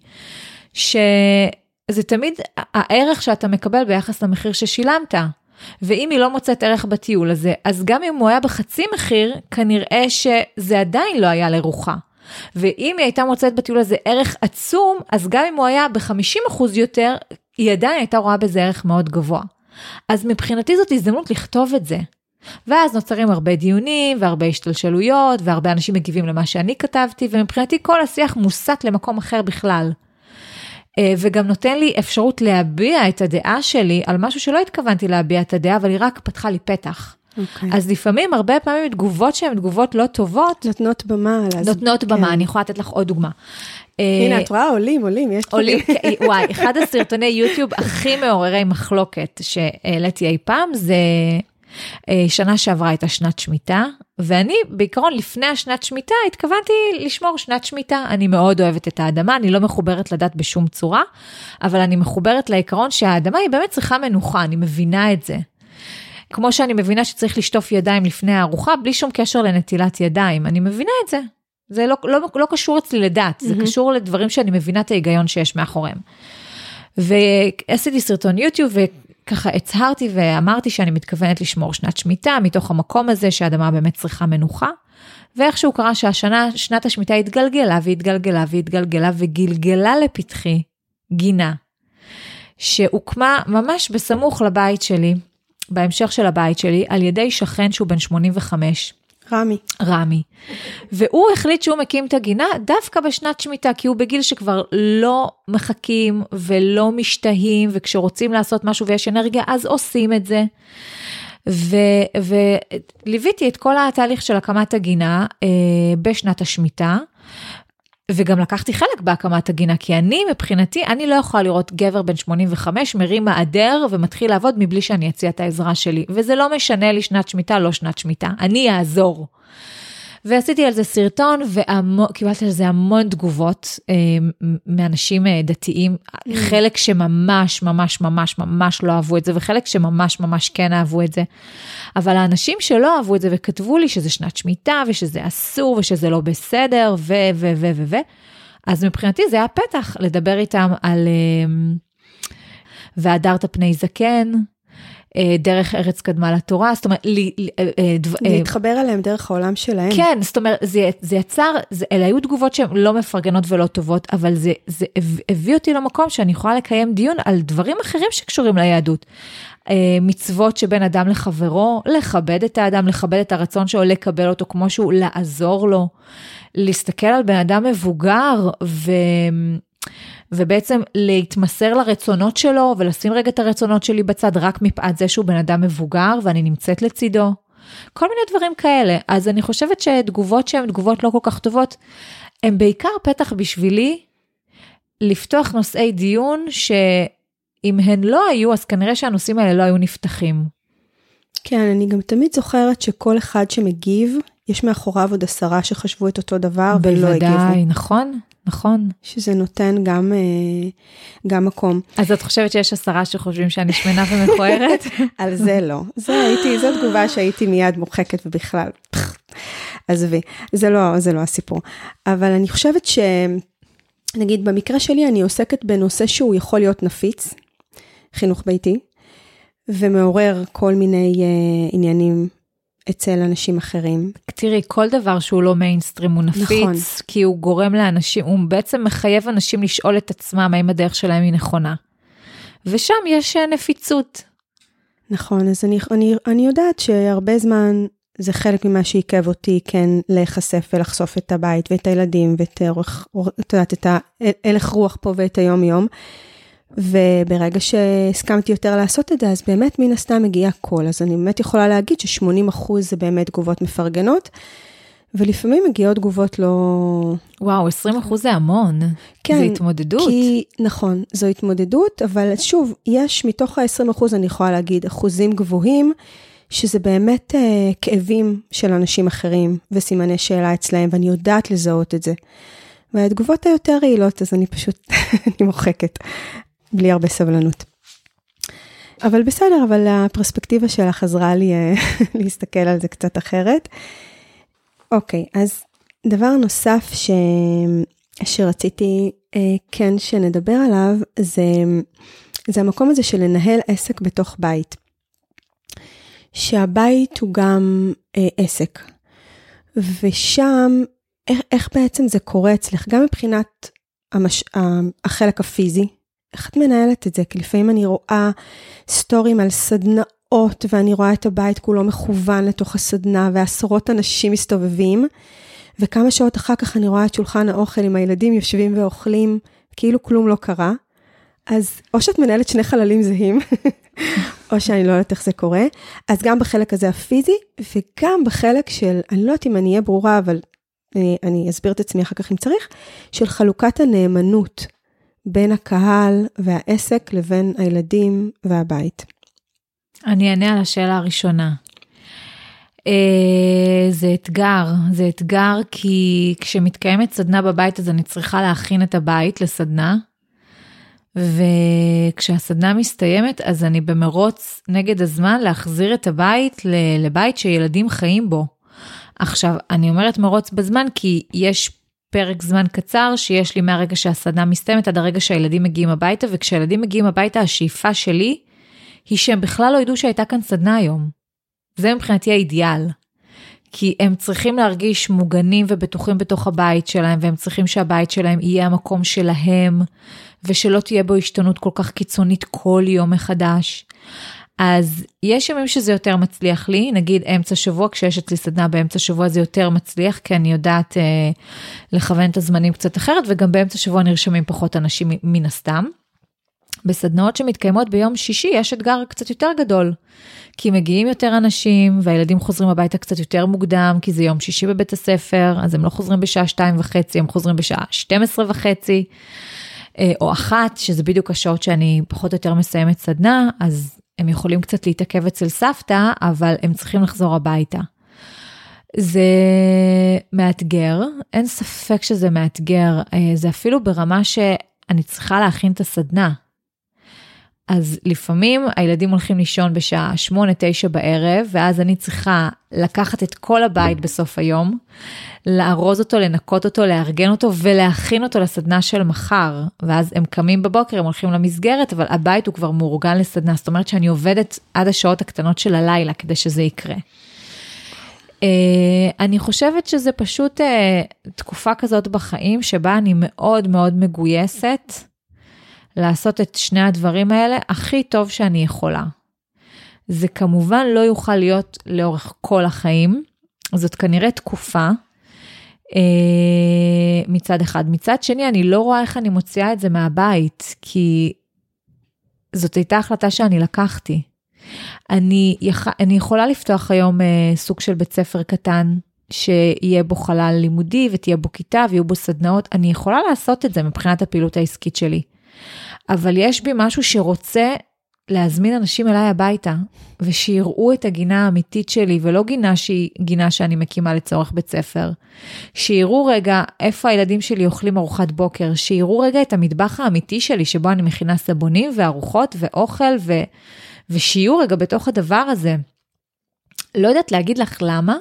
שזה תמיד הערך שאתה מקבל ביחס למחיר ששילמת. ואם היא לא מוצאת ערך בטיול הזה, אז גם אם הוא היה בחצי מחיר, כנראה שזה עדיין לא היה לרוחה. ואם היא הייתה מוצאת בטיול הזה ערך עצום, אז גם אם הוא היה ב-50% יותר, היא עדיין הייתה רואה בזה ערך מאוד גבוה. אז מבחינתי זאת הזדמנות לכתוב את זה. ואז נוצרים הרבה דיונים, והרבה השתלשלויות, והרבה אנשים מגיבים למה שאני כתבתי, ומבחינתי כל השיח מוסט למקום אחר בכלל. וגם נותן לי אפשרות להביע את הדעה שלי, על משהו שלא התכוונתי להביע את הדעה, אבל היא רק פתחה לי פתח. אז לפעמים, הרבה פעמים תגובות שהן תגובות לא טובות. נותנות במה. נותנות במה, אני יכולה לתת לך עוד דוגמה. הנה, את רואה, עולים, יש עולים. וואי, אחד הסרטוני יוטיוב הכי מעוררי מחלוקת שהעליתי אי פעם, זה שנה שעברה הייתה שנת שמיטה, ואני בעיקרון לפני השנת שמיטה, התכוונתי לשמור שנת שמיטה. אני מאוד אוהבת את האדמה, אני לא מחוברת לדת בשום צורה, אבל אני מחוברת לעיקרון שהאדמה היא באמת צריכה מנוחה, אני מבינה את זה. כמו שאני מבינה שצריך לשטוף ידיים לפני הארוחה, בלי שום קשר לנטילת ידיים. אני מבינה את זה. זה לא קשור אצלי לדת, זה קשור לדברים שאני מבינה את ההיגיון שיש מאחוריהם. ועשיתי סרטון יוטיוב, וככה הצהרתי ואמרתי שאני מתכוונת לשמור שנת שמיטה, מתוך המקום הזה שהאדמה באמת צריכה מנוחה, ואיכשהו קרה שהשנה, שנת השמיטה התגלגלה והתגלגלה והתגלגלה, וגלגלה לפתחי גינה, שהוקמה ממש בסמוך לבית שלי, בהמשך של הבית שלי, על ידי שכן שהוא בן 85. רמי. והוא החליט שהוא מקים את הגינה דווקא בשנת שמיטה, כי הוא בגיל שכבר לא מחכים ולא משתהים, וכשרוצים לעשות משהו ויש אנרגיה, אז עושים את זה. וליוויתי את כל התהליך של הקמת הגינה בשנת השמיטה, וגם לקחתי חלק בהקמת הגינה, כי מבחינתי, אני לא יכולה לראות גבר בן 85, מרים מעדר ומתחיל לעבוד מבלי שאני אציע את העזרה שלי, וזה לא משנה לי שנת שמיטה, לא שנת שמיטה, אני אעזור. ועשיתי על זה סרטון, וקיבלתי על זה המון תגובות מאנשים דתיים, חלק שממש ממש ממש ממש לא אהבו את זה, וחלק שממש ממש כן אהבו את זה. אבל האנשים שלא אהבו את זה וכתבו לי שזה שנת שמיטה, ושזה אסור, ושזה לא בסדר, אז מבחינתי זה היה פתח לדבר איתם על והדרת פני זקן, דרך ארץ קדמה לתורה, זאת אומרת, להתחבר עליהם דרך העולם שלהם. כן, זאת אומרת, זה יצר, אלה היו תגובות שהן לא מפרגנות ולא טובות, אבל זה הביא אותי למקום שאני יכולה לקיים דיון על דברים אחרים שקשורים ליהדות. מצוות שבין אדם לחברו, לכבד את האדם, לכבד את הרצון שלו, לקבל אותו כמו שהוא, לעזור לו, להסתכל על בן אדם מבוגר, ובעצם להתמסר לרצונות שלו, ולשים רגע את הרצונות שלי בצד, רק מפאת זה שהוא בן אדם מבוגר, ואני נמצאת לצידו. כל מיני דברים כאלה. אז אני חושבת שתגובות שהן תגובות לא כל כך טובות, הן בעיקר פתח בשבילי, לפתוח נושאי דיון, שאם הן לא היו, אז כנראה שהנושאים האלה לא היו נפתחים. כן, אני גם תמיד זוכרת שכל אחד שמגיב, יש מאחוריו עוד 10 שחשבו את אותו דבר, ולא הגיבו. בוודאי, נכון. נכון. שזה נותן גם מקום. אז את חושבת שיש 10 שחושבים שאני שמנה ומכוערת? על זה לא. זו תגובה שהייתי מיד מוחקת ובכלל. עזבי, זה לא הסיפור. אבל אני חושבת נגיד במקרה שלי אני עוסקת בנושא שהוא יכול להיות נפיץ, חינוך ביתי, ומעורר כל מיני עניינים אצל אנשים אחרים. תראי, כל דבר שהוא לא מיינסטרים הוא נפיץ, נכון. כי הוא גורם לאנשים, הוא בעצם מחייב אנשים לשאול את עצמם האם הדרך שלהם היא נכונה. ושם יש נפיצות. נכון, אז אני יודעת שהרבה זמן זה חלק ממה שעיכב אותי כן להיחשף ולחשוף את הבית ואת הילדים ואת את הלך רוח פה ואת היום יום. וברגע שהסכמתי יותר לעשות את זה, אז באמת מן הסתם מגיע קול. אז אני באמת יכולה להגיד ש80% זה באמת תגובות מפרגנות, ולפעמים מגיעות תגובות לא... וואו, 20% זה המון. כן. זה התמודדות. נכון, זו התמודדות, אבל שוב, יש מתוך ה-20% אני יכולה להגיד אחוזים גבוהים, שזה באמת כאבים של אנשים אחרים, וסימני שאלה אצלהם, ואני יודעת לזהות את זה. והתגובות היותר רעילות, אז אני פשוט, אני מוחקת. בלי הרבה סבלנות. אבל בסדר, אבל הפרספקטיבה שלה חזרה לי להסתכל על זה קצת אחרת. אוקיי, אז דבר נוסף שרציתי כן שנדבר עליו, זה המקום הזה של לנהל עסק בתוך בית. שהבית הוא גם עסק. ושם, איך בעצם זה קורה אצלך? גם מבחינת החלק הפיזי, איך את מנהלת את זה? כי לפעמים אני רואה סטורים על סדנאות, ואני רואה את הבית כולו מכוון לתוך הסדנה, ועשרות אנשים מסתובבים, וכמה שעות אחר כך אני רואה את שולחן האוכל עם הילדים יושבים ואוכלים, כאילו כלום לא קרה. אז או שאת מנהלת 2 חללים זהים, או שאני לא יודעת איך זה קורה. אז גם בחלק הזה הפיזי, וגם בחלק של, אני לא יודעת אם אני אהיה ברורה, אבל אני אסביר את עצמי אחר כך אם צריך, של חלוקת הנאמנות, בין הקהל והעסק לבין הילדים והבית. אני אענה על השאלה הראשונה. זה אתגר כי כשמתקיימת סדנה בבית אז אני צריכה להכין את הבית לסדנה, וכשהסדנה מסתיימת אז אני במרוץ נגד הזמן להחזיר את הבית לבית שילדים חיים בו. עכשיו אני אומרת מרוץ בזמן כי יש פרק זמן קצר שיש לי מהרגע שהסדנה מסתיימת עד הרגע שהילדים מגיעים הביתה, וכשהילדים מגיעים הביתה השאיפה שלי היא שהם בכלל לא ידעו שהייתה כאן סדנה היום. זה מבחינתי האידיאל. כי הם צריכים להרגיש מוגנים ובטוחים בתוך הבית שלהם, והם צריכים שהבית שלהם יהיה המקום שלהם, ושלא תהיה בו השתנות כל כך קיצונית כל יום מחדש. אז יש ימים שזה יותר מצליח לי, נגיד אמצע שבוע, כשיש אצלי סדנה באמצע שבוע זה יותר מצליח, כי אני יודעת לכוון את הזמנים קצת אחרת, וגם באמצע שבוע נרשמים פחות אנשים מן הסתם. בסדנאות שמתקיימות ביום שישי יש אתגר קצת יותר גדול, כי מגיעים יותר אנשים, והילדים חוזרים הביתה קצת יותר מוקדם, כי זה יום שישי בבית הספר, אז הם לא חוזרים בשעה 2:30, הם חוזרים בשעה 12:30, או 1, שזה בדיוק השעות שאני פחות או יותר מסיימת סדנה, אז הם יכולים קצת להתעכב אצל סבתא, אבל הם צריכים לחזור הביתה. זה מאתגר, אין ספק שזה מאתגר, זה אפילו ברמה שאני צריכה להכין את הסדנה. אז לפעמים הילדים הולכים לישון בשעה 8-9 בערב, ואז אני צריכה לקחת את כל הבית בסוף היום, לארוז אותו, לנקות אותו, לארגן אותו, ולהכין אותו לסדנה של מחר. ואז הם קמים בבוקר, הם הולכים למסגרת, אבל הבית הוא כבר מאורגן לסדנה. זאת אומרת שאני עובדת עד השעות הקטנות של הלילה, כדי שזה יקרה. אני חושבת שזה פשוט תקופה כזאת בחיים, שבה אני מאוד מאוד מגויסת, לעשות את שני הדברים האלה הכי טוב שאני יכולה. זה כמובן לא יוכל להיות לאורך כל החיים, זאת כנראה תקופה, מצד אחד. מצד שני, אני לא רואה איך אני מוציאה את זה מהבית, כי זאת הייתה החלטה שאני לקחתי. אני יכולה לפתוח היום סוג של בית ספר קטן, שיהיה בו חלל לימודי, ותהיה בו כיתה, ויהיו בו סדנאות. אני יכולה לעשות את זה מבחינת הפעילות העסקית שלי. אבל יש בי משהו שרוצה להזמין אנשים אליי הביתה, ושיראו את הגינה האמיתית שלי, ולא גינה שהיא גינה שאני מקימה לצורך בית ספר. שיראו רגע איפה הילדים שלי אוכלים ארוחת בוקר, שיראו רגע את המטבח האמיתי שלי, שבו אני מכינה סבונים וארוחות ואוכל, ושיהיו רגע בתוך הדבר הזה. לא יודעת להגיד לך למה,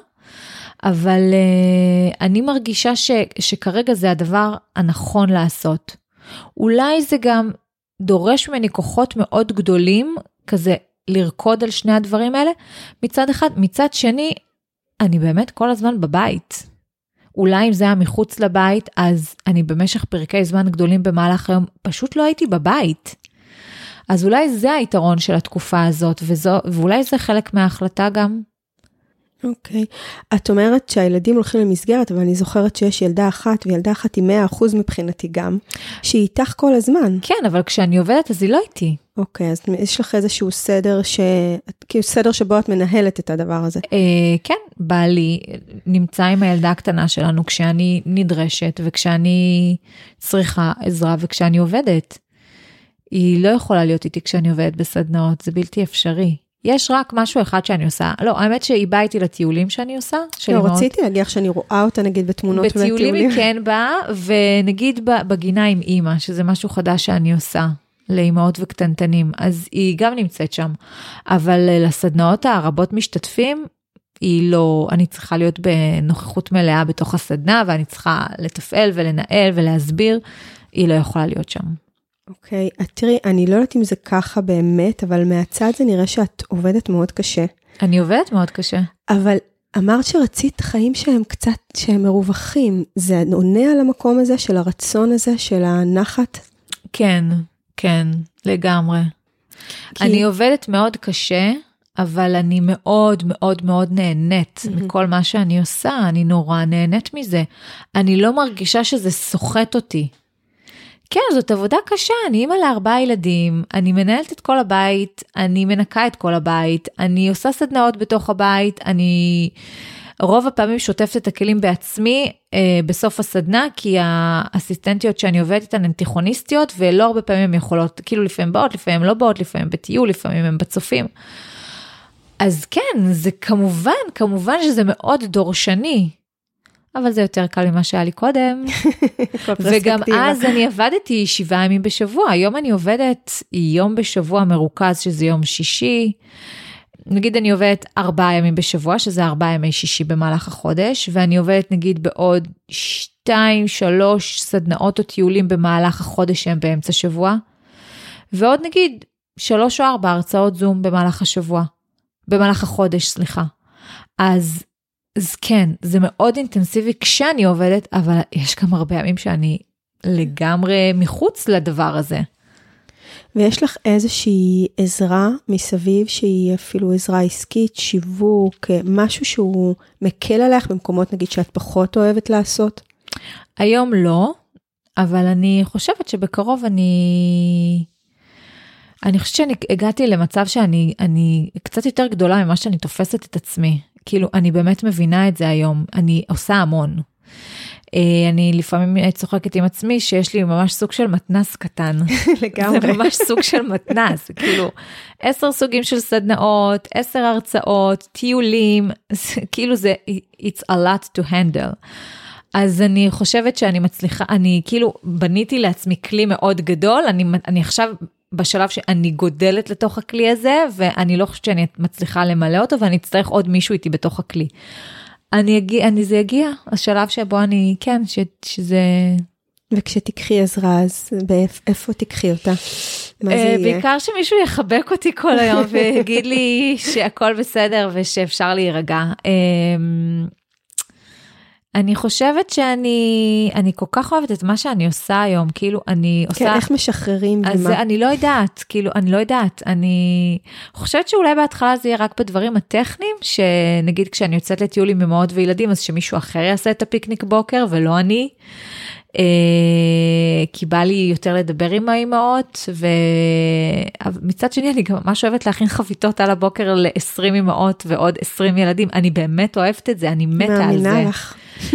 אבל אני מרגישה שכרגע זה הדבר הנכון לעשות. אולי זה גם דורש ממני כוחות מאוד גדולים, כזה לרקוד על שני הדברים האלה, מצד אחד, מצד שני, אני באמת כל הזמן בבית. אולי אם זה היה מחוץ לבית, אז אני במשך פרקי זמן גדולים במהלך היום, פשוט לא הייתי בבית. אז אולי זה היתרון של התקופה הזאת, ואולי זה חלק מההחלטה גם. אוקיי. את אומרת שהילדים הולכים למסגרת, אבל אני זוכרת שיש ילדה אחת, וילדה אחת היא 100% מבחינתי גם, שהיא איתך כל הזמן. כן, אבל כשאני עובדת, אז היא לא איתי. אוקיי, אז יש לך איזשהו סדר, כאילו סדר שבו את מנהלת את הדבר הזה. כן, בעלי נמצא עם הילדה הקטנה שלנו, כשאני נדרשת, וכשאני צריכה עזרה, וכשאני עובדת. היא לא יכולה להיות איתי כשאני עובדת בסדנאות, זה בלתי אפשרי. יש רק משהו אחד שאני עושה. לא, האמת שהיא באה איתי לטיולים שאני עושה. לא, רציתי להגיע שאני רואה אותה נגיד בתמונות ובטיולים. בטיולים היא כן באה, ונגיד בגינה עם אמא, שזה משהו חדש שאני עושה, לאמהות וקטנטנים, אז היא גם נמצאת שם. אבל לסדנאות הרבות משתתפים, היא לא, אני צריכה להיות בנוכחות מלאה בתוך הסדנה, ואני צריכה לתפעל ולנהל ולהסביר, היא לא יכולה להיות שם. אוקיי, תראי, אני לא יודעת אם זה ככה באמת, אבל מהצד זה נראה שאת עובדת מאוד קשה. אני עובדת מאוד קשה. אבל אמרת שרצית חיים שהם קצת, שהם מרווחים. זה עונה על המקום הזה, של הרצון הזה, של הנחת? כן, כן, לגמרי. אני עובדת מאוד קשה, אבל אני מאוד מאוד מאוד נהנית מכל מה שאני עושה. אני נורא נהנית מזה. אני לא מרגישה שזה סוחט אותי. כן, זאת עבודה קשה, אני אמא ל4 ילדים, אני מנהלת את כל הבית, אני מנקה את כל הבית, אני עושה סדנאות בתוך הבית, אני רוב הפעמים שוטפת את הכלים בעצמי בסוף הסדנה, כי האסיסטנטיות שאני עובדת איתן הן תיכוניסטיות, ולא הרבה פעמים הן יכולות, כאילו לפעמים באות, לפעמים לא באות, לפעמים בטיול, לפעמים הן בצופים. אז כן, זה כמובן שזה מאוד דורשני, אבל זה יותר קל ממה שהיה לי קודם. וגם אז אני עבדתי 7 ימים בשבוע. היום אני עובדת יום בשבוע מרוכז, שזה יום שישי. נגיד אני עובדת 4 ימים בשבוע, שזה 4 ימי שישי במהלך החודש, ואני עובדת נגיד בעוד 2-3 סדנאות או טיולים במהלך החודש שהם באמצע שבוע, ועוד נגיד 3 או 4 הרצאות זום במהלך השבוע, במהלך החודש, סליחה. אז כן, זה מאוד אינטנסיבי כשאני עובדת, אבל יש גם הרבה ימים שאני לגמרי מחוץ לדבר הזה. ויש לך איזושהי עזרה מסביב, שהיא אפילו עזרה עסקית, שיווק, משהו שהוא מקל עליך במקומות נגיד שאת פחות אוהבת לעשות? היום לא, אבל אני חושבת שבקרוב אני חושבת שאני הגעתי למצב שאני קצת יותר גדולה ממה שאני תופסת את עצמי. כאילו, אני באמת מבינה את זה היום, אני עושה המון. אני לפעמים צוחקת עם עצמי שיש לי ממש סוג של מתנס קטן. לגמרי. זה ממש סוג של מתנס, כאילו 10 סוגים של סדנאות, 10 הרצאות, טיולים, כאילו זה, it's a lot to handle. אז אני חושבת שאני מצליחה, אני כאילו בניתי לעצמי כלי מאוד גדול, אני עכשיו בשלב שאני גודלת לתוך הכלי הזה, ואני לא חושבת שאני מצליחה למלא אותו, ואני אצטרך עוד מישהו איתי בתוך הכלי. זה יגיע, השלב שבו אני, כן, שזה... וכשתקחי עזרה, אז איפה תקחי אותה? מה זה יהיה? בעיקר שמישהו יחבק אותי כל היום, ויגיד לי שהכל בסדר, ושאפשר להירגע. אני חושבת שאני כל כך אוהבת את מה שאני עושה היום, כאילו אני עושה... כן, איך משחררים אז ומה? אני לא יודעת, כאילו, אני לא יודעת, אני חושבת שאולי בהתחלה זה יהיה רק בדברים הטכניים, שנגיד כשאני יוצאת לטיול עם אמהות וילדים, אז שמישהו אחר יעשה את הפיקניק בוקר, ולא אני, כי בא לי יותר לדבר עם האמהות, ומצד שני אני גם ממש אוהבת להכין חביתות על הבוקר ל-20 אמהות ועוד 20 ילדים, אני באמת אוהבת את זה, אני מתה על זה. מאמינה לך.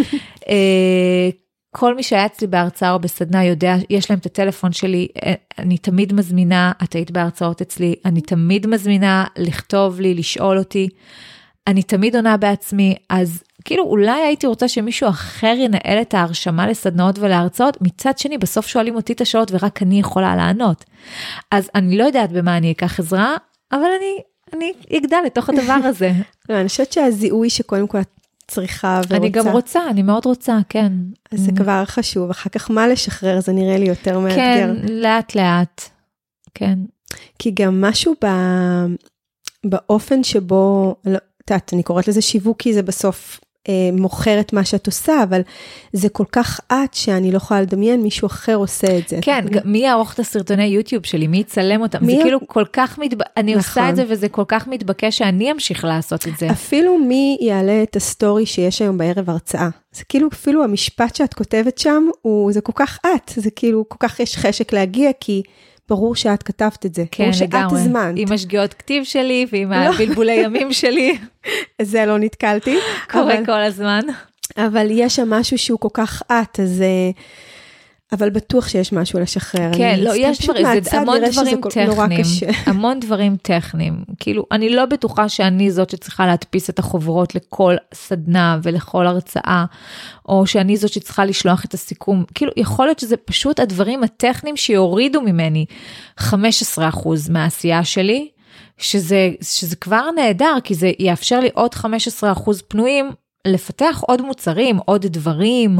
כל מי שהיה אצלי בהרצאה או בסדנה יודע, יש להם את הטלפון שלי, אני תמיד מזמינה, את היית בהרצאות אצלי, אני תמיד מזמינה לכתוב לי, לשאול אותי, אני תמיד עונה בעצמי, אז כאילו אולי הייתי רוצה שמישהו אחר ינהל את ההרשמה לסדנאות ולהרצאות, מצד שני בסוף שואלים אותי את השאלות ורק אני יכולה לענות. אז אני לא יודעת במה אני אקח עזרה, אבל אני אגדל לתוך הדבר הזה. אני חושבת שהזיהוי שקודם כל את צריכה ורוצה. אני גם רוצה, אני מאוד רוצה, כן. אז זה כבר חשוב, אחר כך מה לשחרר, זה נראה לי יותר מאתגר. כן, לאט לאט, כן. כי גם משהו באופן שבו, אני קוראת לזה שיווקי, זה בסוף מוכר את מה שאת עושה, אבל זה כל כך את שאני לא יכולה לדמיין, מישהו אחר עושה את זה. כן, מי יערוך את הסרטוני יוטיוב שלי, מי יצלם אותם, זה כאילו כל כך, אני עושה את זה וזה כל כך מתבקש שאני אמשיך לעשות את זה. אפילו מי יעלה את הסטורי שיש היום בערב הרצאה, זה כאילו אפילו המשפט שאת כותבת שם, זה כל כך את, זה כאילו כל כך יש חשק להגיע, כי ברור שאת כתבת את זה. כן, לגמרי. עם השגיאות כתיב שלי, ועם הבלבולי ימים שלי. זה לא נתקלתי. קורה כל הזמן. אבל יש שם משהו שהוא כל כך את, אז... אבל בטוח שיש משהו לשחרר. כן, לא, יש דברים, זה המון דברים טכניים. המון דברים טכניים. כאילו, אני לא בטוחה שאני זאת שצריכה להדפיס את החוברות לכל סדנה ולכל הרצאה, או שאני זאת שצריכה לשלוח את הסיכום. כאילו, יכול להיות שזה פשוט הדברים הטכניים שיורידו ממני 15% מהעשייה שלי, שזה כבר נהדר, כי זה יאפשר לי עוד 15% פנויים, לפתח עוד מוצרים, עוד דברים,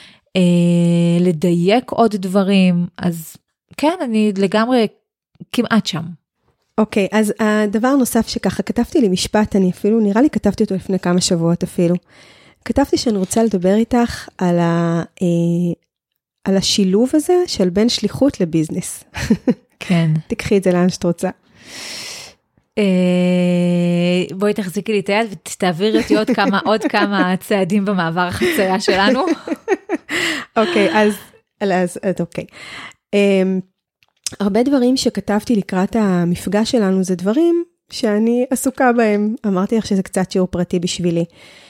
לדייק עוד דברים, אז כן, אני לגמרי כמעט שם. אוקיי, אז הדבר נוסף שככה, כתבתי לי משפט, אני אפילו, נראה לי כתבתי אותו לפני כמה שבועות אפילו, כתבתי שאני רוצה לדבר איתך על השילוב הזה של בין שליחות לביזנס. כן. תקחי את זה לאן שאת רוצה. בואי תחזיקי לי את היד ותעבירי אותי עוד כמה צעדים במעבר החצייה שלנו. אוקיי, אז אוקיי. הרבה דברים שכתבתי לקראת המפגש שלנו, זה דברים שאני עסוקה בהם. אמרתי לך שזה קצת שיעור פרטי בשבילי.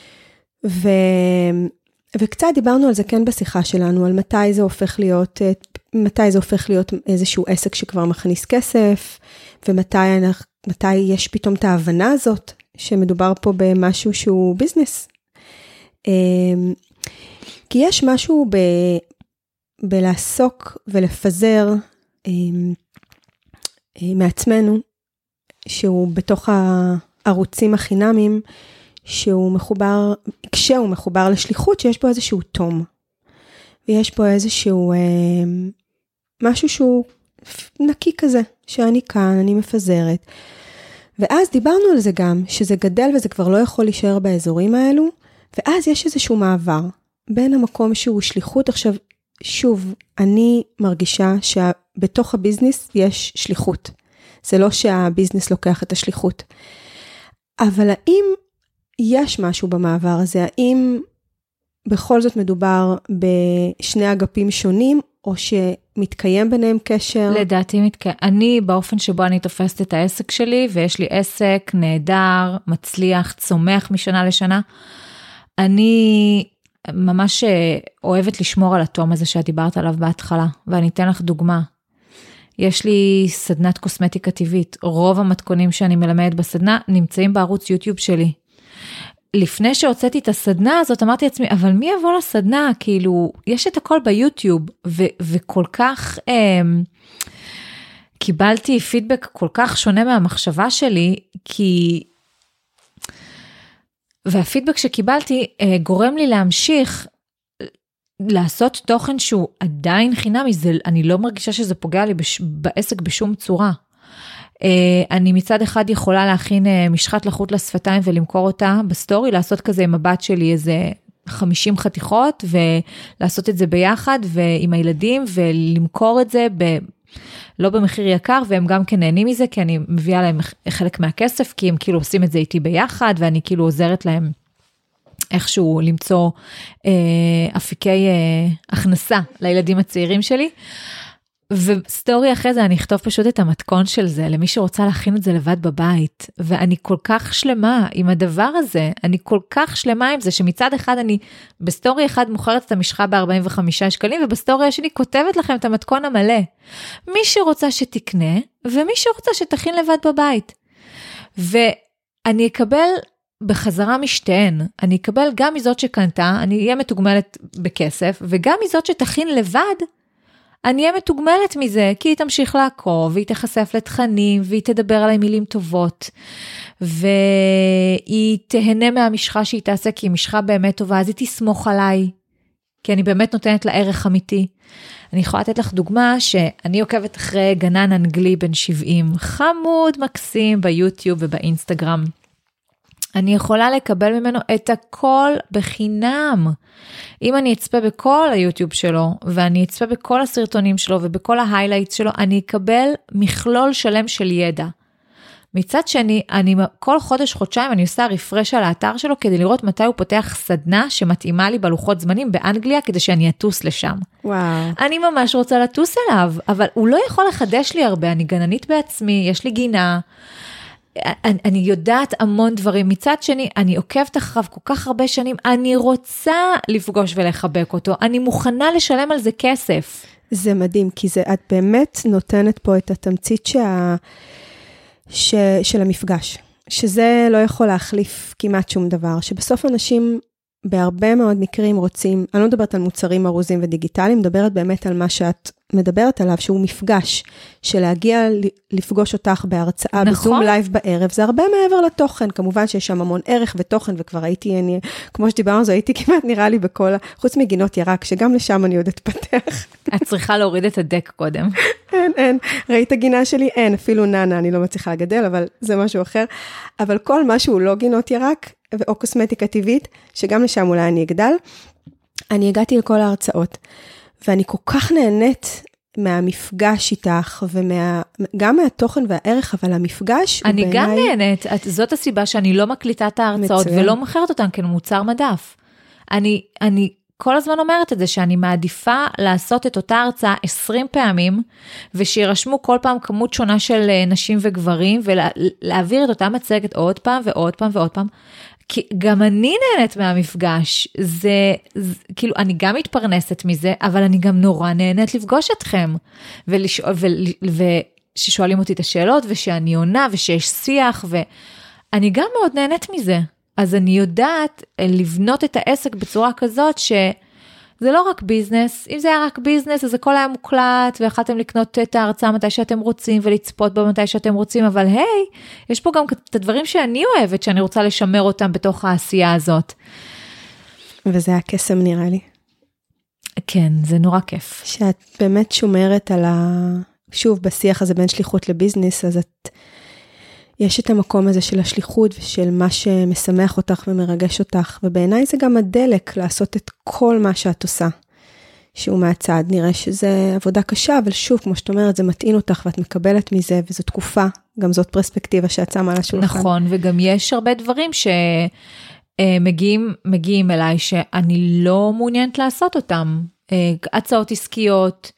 וקצת דיברנו על זה כן בשיחה שלנו, על מתי זה הופך להיות איזשהו עסק שכבר מכניס כסף, ומתי יש פתאום את ההבנה הזאת, שמדובר פה במשהו שהוא ביזנס. כי יש משהו בלעסוק ולפזר מעצמנו, שהוא בתוך הערוצים החינמיים, כשהוא מחובר לשליחות, שיש בו איזשהו תום. ויש פה איזשהו משהו שהוא נקי כזה, שאני כאן, אני מפזרת. ואז דיברנו על זה גם, שזה גדל וזה כבר לא יכול להישאר באזורים האלו, ואז יש איזשהו מעבר בין המקום שהוא שליחות. עכשיו, שוב, אני מרגישה שבתוך הביזנס יש שליחות. זה לא שהביזנס לוקח את השליחות. אבל האם יש משהו במעבר הזה? האם בכל זאת מדובר בשני אגפים שונים, או שמתקיים ביניהם קשר? לדעתי מתקיים. אני באופן שבו אני תופסת את העסק שלי, ויש לי עסק נהדר, מצליח, צומח משנה לשנה, אני ממש אוהבת לשמור על התום הזה שאת דיברת עליו בהתחלה, ואני אתן לך דוגמה. יש לי סדנת קוסמטיקה טבעית, רוב המתכונים שאני מלמדת בסדנה נמצאים בערוץ יוטיוב שלי. לפני שהוצאתי את הסדנה הזאת, אמרתי לעצמי, אבל מי יבוא לסדנה? כאילו, יש את הכל ביוטיוב, וכל כך, קיבלתי פידבק כל כך שונה מהמחשבה שלי, והפידבק שקיבלתי, גורם לי להמשיך, לעשות תוכן שהוא עדיין חינמי, אני לא מרגישה שזה פוגע לי בעסק בשום צורה. אני מצד אחד יכולה להכין משחת לחוט לשפתיים ולמכור אותה בסטורי, לעשות כזה עם הבת שלי איזה 50 חתיכות, ולעשות את זה ביחד ועם הילדים, ולמכור את זה לא במחיר יקר, והם גם כן נהנים מזה, כי אני מביאה להם חלק מהכסף, כי הם כאילו עושים את זה איתי ביחד, ואני כאילו עוזרת להם איכשהו למצוא אפיקי הכנסה לילדים הצעירים שלי, וסטורי אחרי זה אני אכתוב פשוט את המתכון של זה, למי שרוצה להכין את זה לבד בבית, ואני כל כך שלמה עם הדבר הזה, אני כל כך שלמה עם זה, שמצד אחד אני בסטורי אחד מוכרת את המשחה ב-45 שקלים, ובסטורי השני כותבת לכם את המתכון המלא. מי שרוצה שתקנה, ומי שרוצה שתכין לבד בבית. ואני אקבל בחזרה משתיהן, אני אקבל גם מזאת שקנתה, אני אהיה מתוגמלת בכסף, וגם מזאת שתכין לבד, אני אהיה מתוגמלת מזה, כי היא תמשיך לעקוב, והיא תחשף לתכנים, והיא תדבר עליי מילים טובות, והיא תהנה מהמשחה שהיא תעשה, כי היא משחה באמת טובה, אז היא תסמוך עליי, כי אני באמת נותנת לה ערך אמיתי. אני יכולה לתת לך דוגמה, שאני עוקבת אחרי גנן אנגלי בן 70, חמוד מקסים ביוטיוב ובאינסטגרם, אני יכולה לקבל ממנו את הכל בחינם. אם אני אצפה בכל היוטיוב שלו, ואני אצפה בכל הסרטונים שלו, ובכל ההיילייטס שלו, אני אקבל מכלול שלם של ידע. מצד שני, כל חודש-חודשיים אני עושה רפרש על האתר שלו, כדי לראות מתי הוא פותח סדנה, שמתאימה לי בלוחות זמנים באנגליה, כדי שאני אטוס לשם. וואו. אני ממש רוצה לטוס אליו, אבל הוא לא יכול לחדש לי הרבה, אני גננית בעצמי, יש לי גינה, אני יודעת המון דברים, מצד שני, אני עוקבת אחריו כל כך הרבה שנים, אני רוצה לפגוש ולחבק אותו, אני מוכנה לשלם על זה כסף. זה מדהים, כי את באמת נותנת פה את התמצית של המפגש, שזה לא יכול להחליף כמעט שום דבר, שבסוף אנשים בהרבה מאוד מקרים רוצים, אני לא מדברת על מוצרים ארוזים ודיגיטליים, מדברת באמת על מה שאת מדברת עליו, שהוא מפגש, של להגיע לפגוש אותך בהרצאה, נכון. בזום לייב בערב, זה הרבה מעבר לתוכן, כמובן שיש שם המון ערך ותוכן, וכבר הייתי, כמו שדיברנו, זו הייתי כמעט נראה לי בכל, חוץ מגינות ירק, שגם לשם אני עוד אתפתח. את צריכה להוריד את הדק קודם. אין, ראית הגינה שלי? אין, אפילו ננה, אני לא מצליחה לגדל, אבל זה משהו אחר, אבל כל משהו לא גינות ירק, או קוסמטיקה טבעית, שגם לשם אולי אני אגדל, אני הגעתי לכל ההרצאות, ואני כל כך נהנית מהמפגש איתך, וגם מהתוכן והערך, אבל המפגש אני גם נהנית, זאת הסיבה שאני לא מקליטה את ההרצאות, ולא מוכרת אותן כמוצר מדף. אני כל הזמן אומרת את זה, שאני מעדיפה לעשות את אותה הרצאה 20 פעמים, ושירשמו כל פעם כמות שונה של נשים וגברים, ולהעביר את אותה מצגת עוד פעם ועוד פעם ועוד פעם, כי גם אני נהנית מהמפגש, כאילו אני גם מתפרנסת מזה, אבל אני גם נורא נהנית לפגוש אתכם, וששואלים אותי את השאלות, ושאני עונה, ושיש שיח, ואני גם מאוד נהנית מזה. אז אני יודעת לבנות את העסק בצורה כזאת, שזה לא רק ביזנס, אם זה היה רק ביזנס, אז הכל היה מוקלט, ויכלתם לקנות את ההרצאה מתי שאתם רוצים, ולצפות בה מתי שאתם רוצים, אבל היי, יש פה גם את הדברים שאני אוהבת, שאני רוצה לשמר אותם בתוך העשייה הזאת. וזה הקסם נראה לי. כן, זה נורא כיף. שאת באמת שומרת על שוב, בשיח הזה בין שליחות לביזנס, אז יש את המקום הזה של השליחות, ושל מה שמשמח אותך ומרגש אותך, ובעיניי זה גם הדלק לעשות את כל מה שאת עושה, שהוא מהצד. נראה שזה עבודה קשה, אבל שוב, כמו שאת אומרת, זה מתאים אותך, ואת מקבלת מזה, וזו תקופה, גם זאת פרספקטיבה שאת שמה על השולחן. נכון, וגם יש הרבה דברים שמגיעים אליי, שאני לא מעוניינת לעשות אותם. הצעות עסקיות,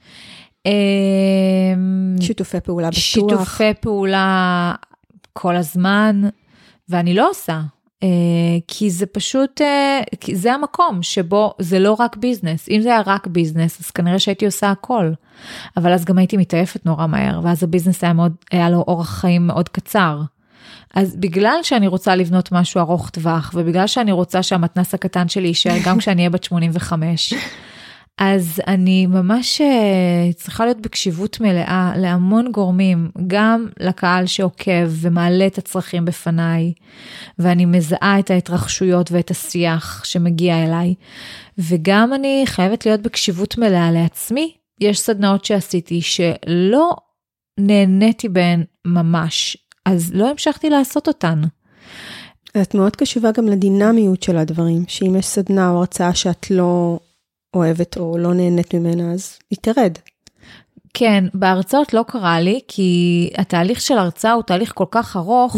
שיתופי פעולה בטוח. שיתופי פעולה כל הזמן, ואני לא עושה. כי זה פשוט, כי זה המקום שבו זה לא רק ביזנס. אם זה היה רק ביזנס, אז כנראה שהייתי עושה הכל. אבל אז גם הייתי מתעייפת נורא מהר, ואז הביזנס היה לו אורח חיים מאוד קצר. אז בגלל שאני רוצה לבנות משהו ארוך טווח, ובגלל שאני רוצה שהמתנס הקטן שלי יישאר גם כשאני אהיה בת 85, אז אני ממש צריכה להיות בקשיבות מלאה להמון גורמים, גם לקהל שעוקב ומעלה את הצרכים בפניי, ואני מזהה את ההתרחשויות ואת השיח שמגיע אליי, וגם אני חייבת להיות בקשיבות מלאה לעצמי. יש סדנאות שעשיתי שלא נהניתי בהן ממש, אז לא המשכתי לעשות אותן. את מאוד קשובה גם לדינמיות של הדברים, שאם יש סדנה או הרצאה שאת לא אוהבת או לא נהנית ממנה, אז היא תרד. כן, בהרצאות לא קרה לי, כי התהליך של הרצאה הוא תהליך כל כך ארוך,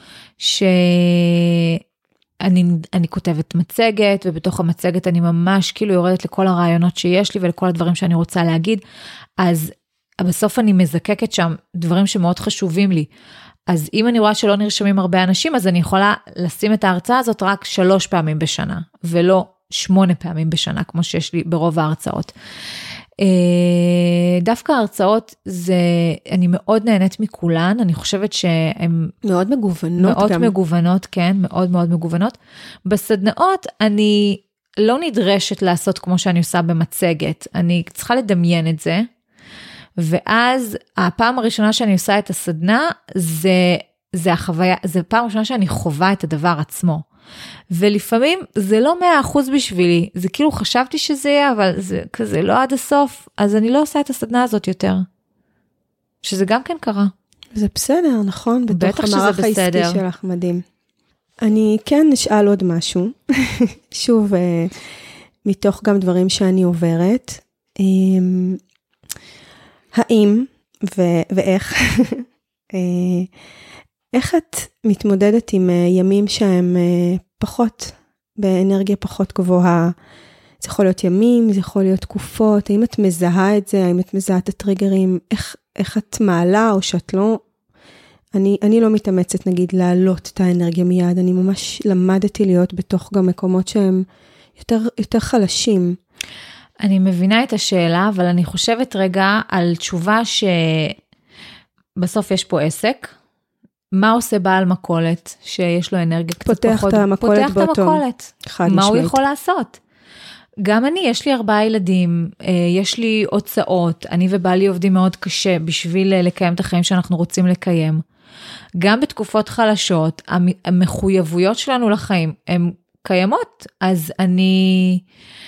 שאני כותבת מצגת, ובתוך המצגת אני ממש כאילו יורדת לכל הרעיונות שיש לי, ולכל הדברים שאני רוצה להגיד, אז בסוף אני מזקקת שם דברים שמאוד חשובים לי. אז אם אני רואה שלא נרשמים הרבה אנשים, אז אני יכולה לשים את ההרצאה הזאת רק 3 פעמים בשנה, ולא 8 פעמים בשנה, כמו שיש לי ברוב ההרצאות. דווקא ההרצאות, אני מאוד נהנית מכולן, אני חושבת שהן מאוד מגוונות מאוד גם. מגוונות, כן, מאוד מאוד מגוונות. בסדנאות, אני לא נדרשת לעשות כמו שאני עושה במצגת, אני צריכה לדמיין את זה, ואז הפעם הראשונה שאני עושה את הסדנה, זה החוויה, זה פעם ראשונה שאני חווה את הדבר עצמו. ולפעמים זה לא 100% בשבילי, זה כאילו חשבתי שזה יהיה, אבל זה כזה לא עד הסוף, אז אני לא עושה את הסדנה הזאת יותר. שזה גם כן קרה. זה בסדר, נכון? בטח שזה בסדר. בתוך המערך העסקי שלך, מדהים. אני כן נשאל עוד משהו, שוב, מתוך גם דברים שאני עוברת, האם ואיך, איך את מתמודדת עם ימים שהם פחות, באנרגיה פחות גבוהה? זה יכול להיות ימים, זה יכול להיות תקופות, האם את מזהה את זה, האם את מזהה את הטריגרים, איך את מעלה או שאת לא, אני לא מתאמצת נגיד להעלות את האנרגיה מיד, אני ממש למדתי להיות בתוך גם מקומות שהם יותר חלשים. אני מבינה את השאלה, אבל אני חושבת רגע על תשובה שבסוף יש פה עסק, מה עושה בעל מכולת שיש לו אנרגיה קצת פחות? פותח את המכולת באותו. פותח את המכולת. מה הוא יכול לעשות? גם אני, יש לי 4 ילדים, יש לי הוצאות, אני ובעלי עובדים מאוד קשה בשביל לקיים את החיים שאנחנו רוצים לקיים. גם בתקופות חלשות, המחויבויות שלנו לחיים הן קיימות, אז אני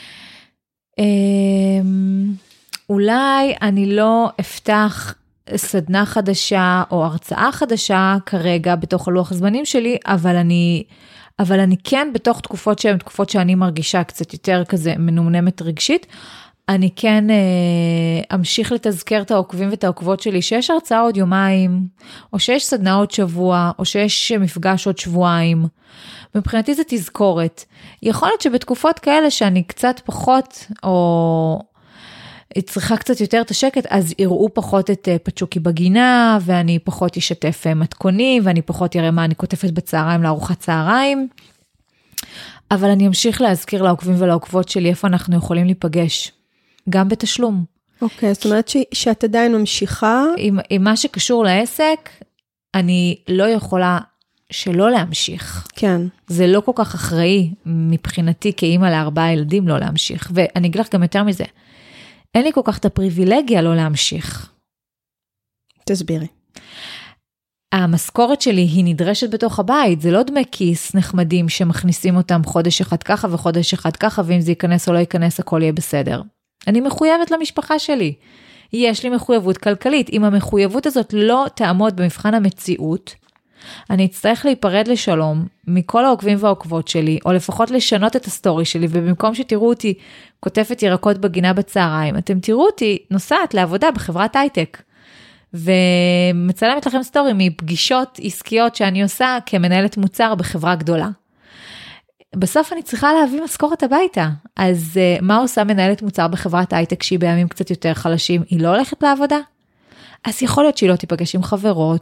אולי אני לא אפתח סדנה חדשה או הרצאה חדשה כרגע בתוך הלוח הזמנים שלי, אבל אני כן בתוך תקופות שהן תקופות שאני מרגישה קצת יותר כזה מנומנמת רגשית, אני כן אמשיך לתזכר את העוקבים ואת העוקבות שלי, שיש הרצאה עוד יומיים, או שיש סדנה עוד שבוע, או שיש מפגש עוד שבועיים. מבחינתי זה תזכורת. יכול להיות שבתקופות כאלה שאני קצת פחות, או צריכה קצת יותר את השקט, אז יראו פחות את פצ'וקי בגינה, ואני פחות אשתף מתכונים, ואני פחות יראה מה אני כותפת בצהריים לארוחת צהריים. אבל אני אמשיך להזכיר לעוקבים ולעוקבות שלי איפה אנחנו יכולים להיפגש. גם בתשלום. אוקיי, זאת אומרת שאת עדיין ממשיכה. עם מה שקשור לעסק, אני לא יכולה שלא להמשיך. כן. זה לא כל כך אחראי מבחינתי כאימא ל4 ילדים לא להמשיך. ואני אגיד לך גם יותר מזה. אין לי כל כך את הפריבילגיה לא להמשיך. תסבירי. המשכורת שלי היא נדרשת בתוך הבית, זה לא דמי כיס נחמדים שמכניסים אותם חודש אחד ככה וחודש אחד ככה, ואם זה ייכנס או לא ייכנס הכל יהיה בסדר. אני מחויבת למשפחה שלי. יש לי מחויבות כלכלית. אם המחויבות הזאת לא תעמוד במבחן המציאות, אני אצטרך להיפרד לשלום מכל העוקבים והעוקבות שלי, או לפחות לשנות את הסטורי שלי, ובמקום שתראו אותי כותפת ירקות בגינה בצהריים, אתם תראו אותי נוסעת לעבודה בחברת הייטק, ומצלמת לכם סטורי מפגישות עסקיות שאני עושה כמנהלת מוצר בחברה גדולה. בסוף אני צריכה להביא משכורת הביתה, אז מה עושה מנהלת מוצר בחברת הייטק שהיא בימים קצת יותר חלשים? היא לא הולכת לעבודה? אז יכול להיות שהיא לא תיפגש עם חברות,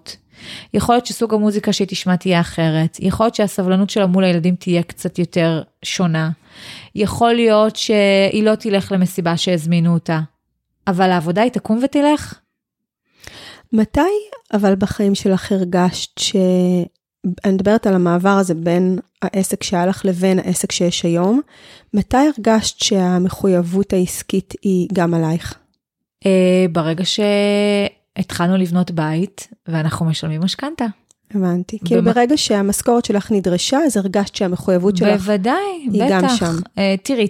יכול להיות שסוג המוזיקה שהיא תשמע תהיה אחרת, יכול להיות שהסבלנות שלה מול הילדים תהיה קצת יותר שונה, יכול להיות שהיא לא תלך למסיבה שהזמינו אותה, אבל העבודה היא תקום ותלך. מתי, אבל בחיים שלך הרגשת אני מדברת על המעבר הזה בין העסק שהיה לך לבין העסק שיש היום, מתי הרגשת שהמחויבות העסקית היא גם עלייך? ברגע שהתחלנו לבנות בית, ואנחנו משלמים משכנתה. הבנתי. כאילו ברגע שהמשכורת שלך נדרשה, אז הרגשת שהמחויבות שלך בוודאי, היא גם שם. תראי,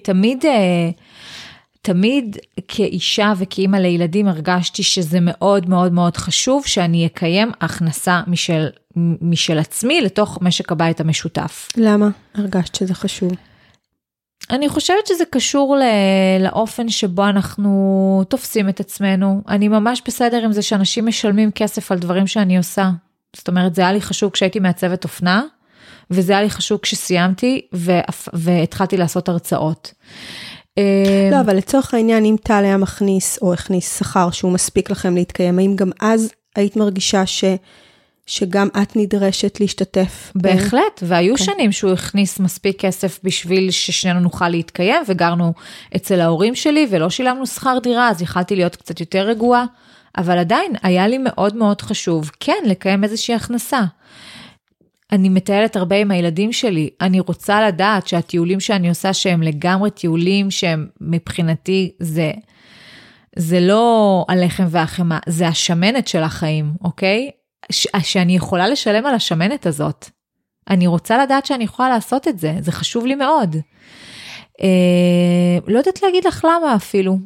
תמיד כאישה וכאימא לילדים הרגשתי שזה מאוד מאוד מאוד חשוב שאני אקיים הכנסה משל עצמי לתוך משק הבית המשותף. למה הרגשת שזה חשוב? אני חושבת שזה קשור לאופן שבו אנחנו תופסים את עצמנו. אני ממש בסדר עם זה שאנשים משלמים כסף על דברים שאני עושה. זאת אומרת, זה היה לי חשוב כשהייתי מעצבת אופנה, וזה היה לי חשוב כשסיימתי והתחלתי לעשות הרצאות. לא, אבל לצורך העניין, אם טל היה מכניס או הכניס שכר שהוא מספיק לכם להתקיים, האם גם אז היית מרגישה שגם את נדרשת להשתתף? בהחלט, והיו שנים שהוא הכניס מספיק כסף בשביל ששנינו נוכל להתקיים, וגרנו אצל ההורים שלי ולא שילמנו שכר דירה, אז יכלתי להיות קצת יותר רגועה, אבל עדיין היה לי מאוד מאוד חשוב, כן, לקיים איזושהי הכנסה. אני מטיילת הרבה עם הילדים שלי, אני רוצה לדעת שהטיולים שאני עושה שהם לגמרי טיולים שהם מבחינתי זה לא הלחם והחמה, זה השמנת של החיים, אוקיי? שאני יכולה לשלם על השמנת הזאת. אני רוצה לדעת שאני יכולה לעשות את זה, זה חשוב לי מאוד. לא יודעת להגיד לך למה אפילו,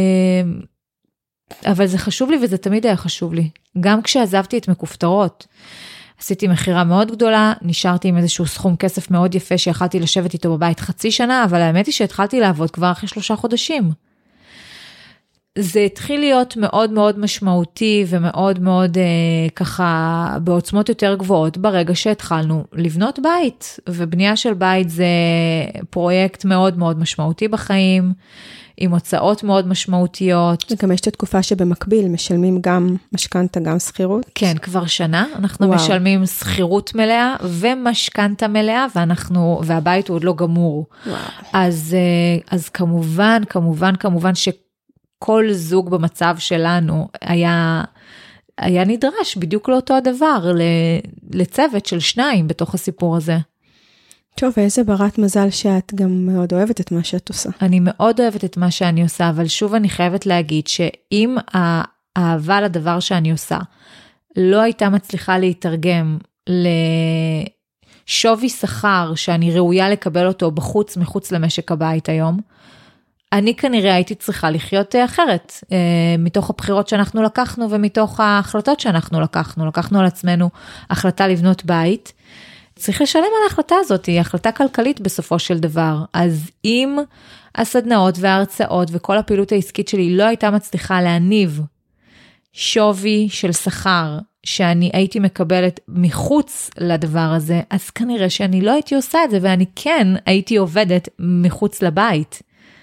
אבל זה חשוב לי וזה תמיד היה חשוב לי. גם כשעזבתי את מכופתרות, עשיתי מחירה מאוד גדולה, נשארתי עם איזשהו סכום כסף מאוד יפה שיכלתי לשבת איתו בבית חצי שנה, אבל האמת היא שהתחלתי לעבוד כבר אחרי 3 חודשים. זה התחיל להיות מאוד מאוד משמעותי ומאוד מאוד ככה בעוצמות יותר גבוהות ברגע שהתחלנו לבנות בית, ובנייה של בית זה פרויקט מאוד מאוד משמעותי בחיים, עם הוצאות מאוד משמעותיות. וגם יש את התקופה שבמקביל משלמים גם משכנתה, גם שכירות? כן, כבר שנה. אנחנו משלמים שכירות מלאה ומשכנתה מלאה, והבית הוא עוד לא גמור. אז כמובן שכל זוג במצב שלנו היה נדרש בדיוק לאותו הדבר, לצוות של 2 בתוך הסיפור הזה. טוב, ואיזה ברת מזל שאת גם מאוד אוהבת את מה שאת עושה. אני מאוד אוהבת את מה שאני עושה, אבל שוב אני חייבת להגיד שאם האהבה לדבר שאני עושה לא הייתה מצליחה להתרגם לשווי שכר שאני ראויה לקבל אותו מחוץ למשק הבית היום, אני כנראה הייתי צריכה לחיות אחרת, מתוך הבחירות שאנחנו לקחנו ומתוך ההחלטות שאנחנו לקחנו על עצמנו החלטה לבנות בית, צריך לשלם על ההחלטה הזאת, היא החלטה כלכלית בסופו של דבר. אז אם הסדנאות וההרצאות וכל הפעילות העסקית שלי לא הייתה מצליחה להניב שווי של שכר שאני הייתי מקבלת מחוץ לדבר הזה, אז כנראה שאני לא הייתי עושה את זה, ואני כן הייתי עובדת מחוץ לבית.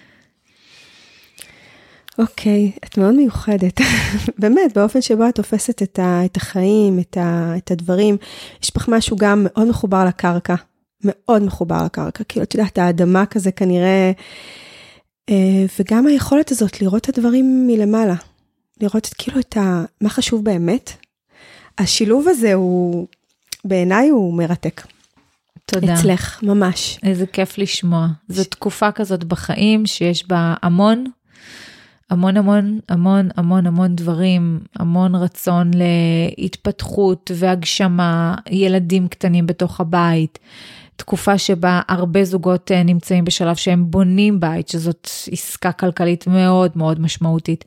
אוקיי, את מאוד מיוחדת. באמת, באופן שבו את תופסת את החיים, את הדברים. יש לך משהו גם מאוד מחובר לקרקע. מאוד מחובר לקרקע. כאילו, את יודעת, האדמה כזה כנראה, וגם היכולת הזאת לראות את הדברים מלמעלה. לראות כאילו מה חשוב באמת. השילוב הזה הוא, בעיניי הוא מרתק. תודה. אצלך, ממש. איזה כיף לשמוע. זו תקופה כזאת בחיים שיש בה המון דברים, המון רצון להתפתחות והגשמה, ילדים קטנים בתוך הבית, תקופה שבה הרבה זוגות נמצאים בשלב שהם בונים בית, שזאת עסקה כלכלית מאוד מאוד משמעותית.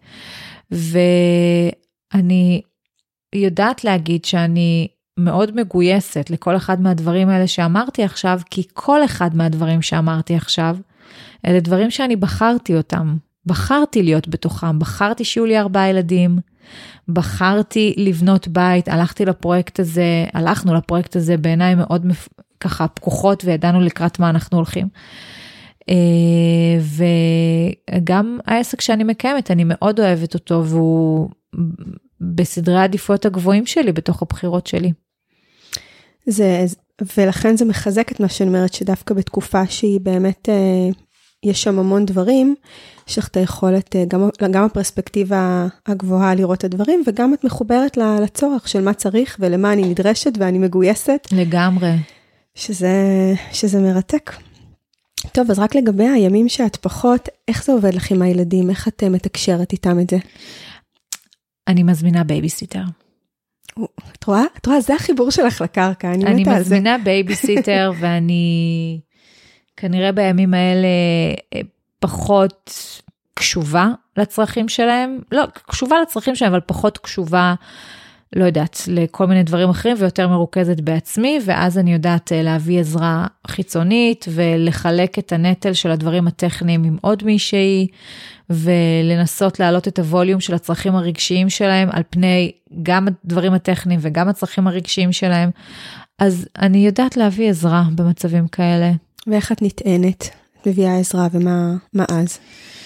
ואני יודעת להגיד שאני מאוד מגויסת לכל אחד מהדברים האלה שאמרתי עכשיו, כי כל אחד מהדברים שאמרתי עכשיו, אלה דברים שאני בחרתי אותם. בחרתי להיות בתוכם, בחרתי שיהיו לי 4 ילדים, בחרתי לבנות בית, הלכנו לפרויקט הזה בעיניים מאוד ככה פקוחות, וידענו לקראת מה אנחנו הולכים. וגם העסק שאני מקיימת, אני מאוד אוהבת אותו, והוא בסדרי העדיפויות הגבוהים שלי, בתוך הבחירות שלי. ולכן זה מחזק את מה שאני אומרת, שדווקא בתקופה שהיא באמת, יש שם המון דברים, יש לך את היכולת, גם הפרספקטיבה הגבוהה לראות את הדברים, וגם את מחוברת לצורך של מה צריך, ולמה אני נדרשת, ואני מגויסת. לגמרי. שזה מרתק. טוב, אז רק לגבי הימים שאת פחות, איך זה עובד לך עם הילדים? איך את מתקשרת איתם את זה? אני מזמינה בייביסיטר. את רואה? זה החיבור שלך לקרקע, אני מזמינה בייביסיטר, ואני כנראה בימים האלה פחות קשובה לצרכים שלהם, לא, קשובה לצרכים שלהם, אבל פחות קשובה, לא יודעת, לכל מיני דברים אחרים, ויותר מרוכזת בעצמי, ואז אני יודעת להביא עזרה חיצונית, ולחלק את הנטל של הדברים הטכניים עם עוד מישהי, ולנסות להעלות את הווליום של הצרכים הרגשיים שלהם, על פני גם הדברים הטכניים, וגם הצרכים הרגשיים שלהם, אז אני יודעת להביא עזרה במצבים כאלה. ואיך את נטענת? את מביאה עזרה, ומה אז?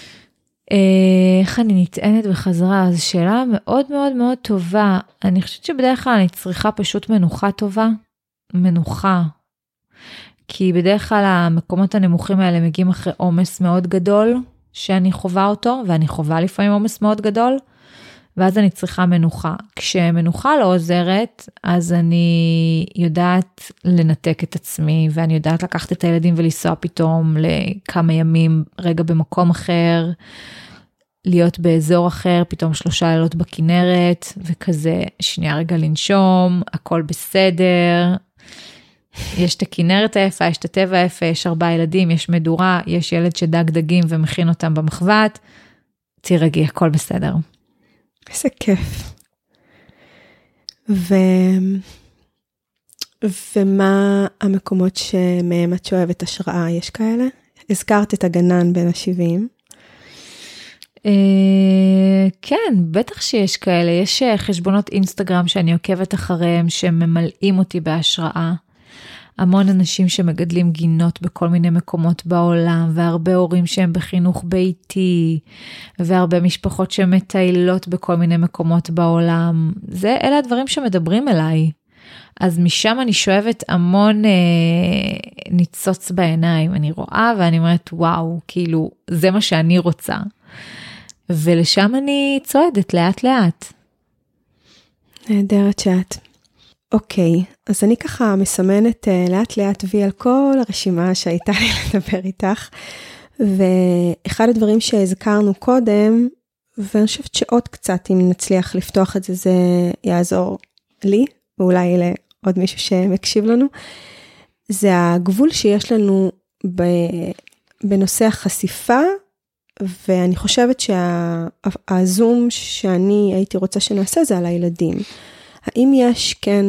איך אני נטענת בחזרה? זו שאלה מאוד מאוד מאוד טובה. אני חושבת שבדרך כלל אני צריכה פשוט מנוחה טובה. מנוחה. כי בדרך כלל המקומות הנמוכים האלה מגיעים אחרי עומס מאוד גדול, שאני חובה אותו, ואני חובה לפעמים עומס מאוד גדול, ואז אני צריכה מנוחה. כשמנוחה לא עוזרת, אז אני יודעת לנתק את עצמי, ואני יודעת לקחת את הילדים ולנסוע פתאום לכמה ימים, רגע במקום אחר, להיות באזור אחר, פתאום 3 לילות בכנרת, וכזה שנייה רגע לנשום, הכל בסדר, יש את הכנרת היפה, יש את הטבע היפה, יש 4 ילדים, יש מדורה, יש ילד שדג דגים ומכין אותם במחבת, תירגעי, הכל בסדר. איזה כיף. ומה המקומות שמהם את שואבת השראה? יש כאלה? הזכרת את הגנן בין ה-70. כן, בטח שיש כאלה. יש חשבונות אינסטגרם שאני עוקבת אחריהם, שממלאים אותי בהשראה. המון אנשים שמגדלים גינות בכל מיני מקומות בעולם, והרבה הורים שהם בחינוך ביתי, והרבה משפחות שמטיילות בכל מיני מקומות בעולם. אלה הדברים שמדברים אליי. אז משם אני שואבת המון ניצוץ בעיניים. אני רואה ואני אומרת, וואו, כאילו, זה מה שאני רוצה. ולשם אני צועדת לאט לאט. נהדרת שאת. אוקיי, אז אני ככה מסמנת לאט לאט וי על כל הרשימה שהייתה לי לדבר איתך, ואחד הדברים שהזכרנו קודם, ואני חושבת שעוד קצת אם נצליח לפתוח את זה, זה יעזור לי, ואולי לעוד מישהו שמקשיב לנו, זה הגבול שיש לנו בנושא החשיפה, ואני חושבת שהזום שאני הייתי רוצה שנעשה זה על הילדים. האם יש כן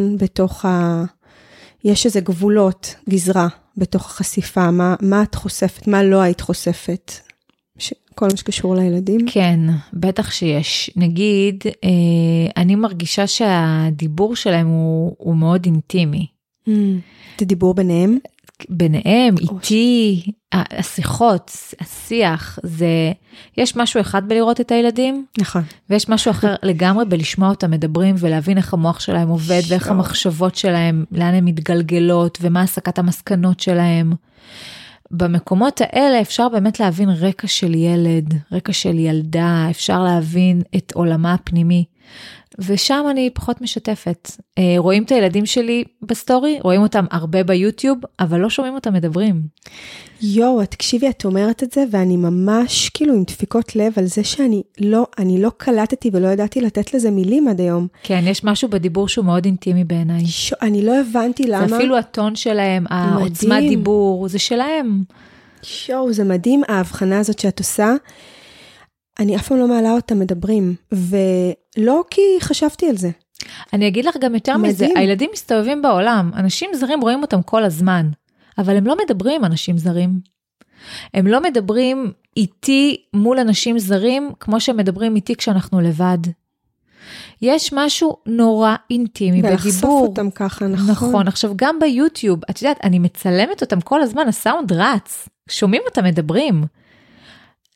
יש איזה גבולות, גזרה בתוך החשיפה, מה את חושפת, מה לא היית חושפת, כל מה שקשור לילדים? כן, בטח שיש. נגיד, אני מרגישה שהדיבור שלהם הוא מאוד אינטימי. זה דיבור ביניהם? ביניהם, איתי, השיחות, השיח, יש משהו אחד בלראות את הילדים, נכון. ויש משהו אחר לגמרי בלשמוע אותם מדברים, ולהבין איך המוח שלהם עובד, ואיך המחשבות שלהם, לאן הן מתגלגלות, ומה הסקת המסקנות שלהם. במקומות האלה אפשר באמת להבין רקע של ילד, רקע של ילדה, אפשר להבין את עולמה הפנימי, ושם אני פחות משתפת. רואים את הילדים שלי בסטורי, רואים אותם הרבה ביוטיוב, אבל לא שומעים אותם מדברים. תקשיבי, את אומרת את זה, ואני ממש כאילו עם דפיקות לב על זה שאני לא קלטתי ולא ידעתי לתת לזה מילים עד היום. כן, יש משהו בדיבור שהוא מאוד אינטימי בעיניי. אני לא הבנתי למה. זה אפילו הטון שלהם, העוצמת דיבור, זה שלהם. זה מדהים, ההבחנה הזאת שאת עושה. אני אף פעם לא מעלה אותם מדברים, ולא כי חשבתי על זה. אני אגיד לך גם יותר מזה, הילדים מסתובבים בעולם, אנשים זרים רואים אותם כל הזמן, אבל הם לא מדברים אנשים זרים. הם לא מדברים איתי מול אנשים זרים, כמו שהם מדברים איתי כשאנחנו לבד. יש משהו נורא אינטימי בדיבור. ולחשוף אותם ככה, נכון. נכון, עכשיו גם ביוטיוב, את יודעת, אני מצלמת אותם כל הזמן, הסאונד רץ, שומעים אותם מדברים.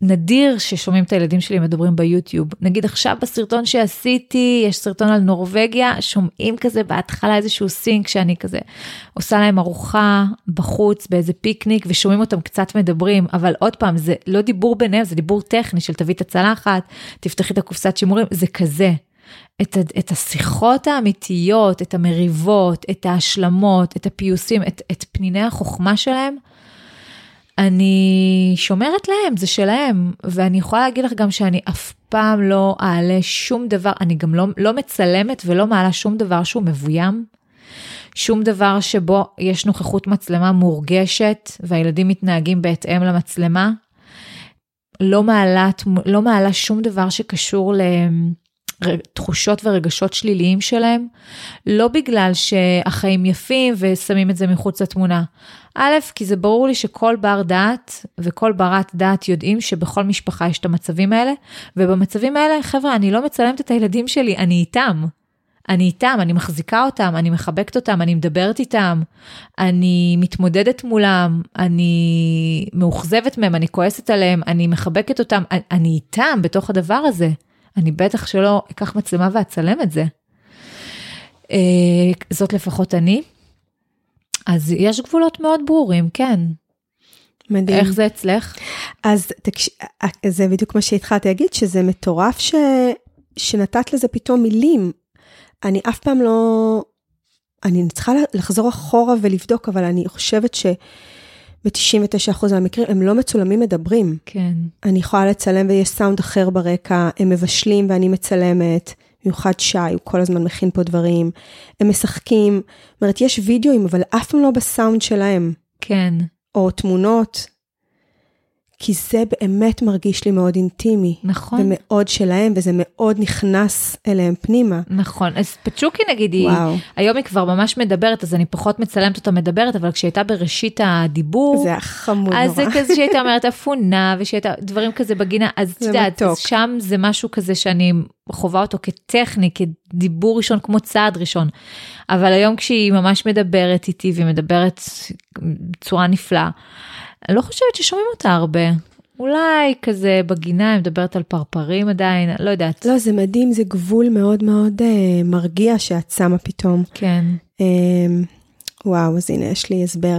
נדיר ששומעים את הילדים שלי מדברים ביוטיוב. נגיד עכשיו בסרטון שעשיתי, יש סרטון על נורווגיה, שומעים כזה בהתחלה איזשהו סינק, שאני כזה עושה להם ארוחה בחוץ, באיזה פיקניק, ושומעים אותם קצת מדברים, אבל עוד פעם, זה לא דיבור ביניהם, זה דיבור טכני של תביא את הצלחת, תפתחי את הקופסת שימורים, זה כזה. את השיחות האמיתיות, את המריבות, את ההשלמות, את הפיוסים, את פניני החוכמה שלהם, אני שומרת להם, זה שלהם, ואני יכולה להגיד לך גם שאני אף פעם לא אעלה שום דבר, אני גם לא מצלמת ולא מעלה שום דבר שהוא מבוים, שום דבר שבו יש נוכחות מצלמה מורגשת, והילדים מתנהגים בהתאם למצלמה, לא מעלה שום דבר שקשור לתחושות ורגשות שליליים שלהם, לא בגלל שהחיים יפים ושמים את זה מחוץ לתמונה, א', כי זה ברור לי שכל בר דעת וכל ברת דעת יודעים שבכל משפחה יש את המצבים האלה, ובמצבים האלה, חבר'ה, אני לא מצלמת את הילדים שלי, אני איתם, אני מחזיקה אותם, אני מחבקת אותם, אני מדברת איתם, אני מתמודדת מולם, אני מאוכזבת מהם, אני כועסת עליהם, אני מחבקת אותם, אני איתם בתוך הדבר הזה. אני בטח שלא אקח מצלמה ואצלם את זה. זאת לפחות אני. אז יש גבולות מאוד ברורים, כן. מדהים. איך זה אצלך? אז זה בדיוק מה שהתחלתי להגיד, שזה מטורף שנתת לזה פתאום מילים. אני אף פעם לא, אני צריכה לחזור אחורה ולבדוק, אבל אני חושבת ב-99% מהמקרים הם לא מצולמים מדברים. כן. אני יכולה לצלם ויש סאונד אחר ברקע, הם מבשלים ואני מצלמת, במיוחד שי, הוא כל הזמן מכין פה דברים, הם משחקים, זאת אומרת, יש וידאוים, אבל אף פעם לא בסאונד שלהם. כן. או תמונות, כי זה באמת מרגיש לי מאוד אינטימי. נכון. ומאוד שלהם, וזה מאוד נכנס אליהם פנימה. נכון. אז פצ'וקי נגיד, היום היא כבר ממש מדברת, אז אני פחות מצלמת אותה מדברת, אבל כשהייתה בראשית הדיבור, זה היה חמוד נורא. אז זה כזה שהייתה אומרת אפונה, ושהייתה דברים כזה בגינה, אז אתה יודעת, שם זה משהו כזה שאני חובה אותו כטכני, כדיבור ראשון, כמו צעד ראשון. אבל היום כשהיא ממש מדברת איתי, והיא מדברת בצורה נפלאה, אני לא חושבת ששומעים אותה הרבה. אולי כזה בגינה, היא מדברת על פרפרים עדיין, לא יודעת. לא, זה מדהים, זה גבול מאוד מאוד מרגיע שאת שמה פתאום. כן. וואו, אז הנה, יש לי הסבר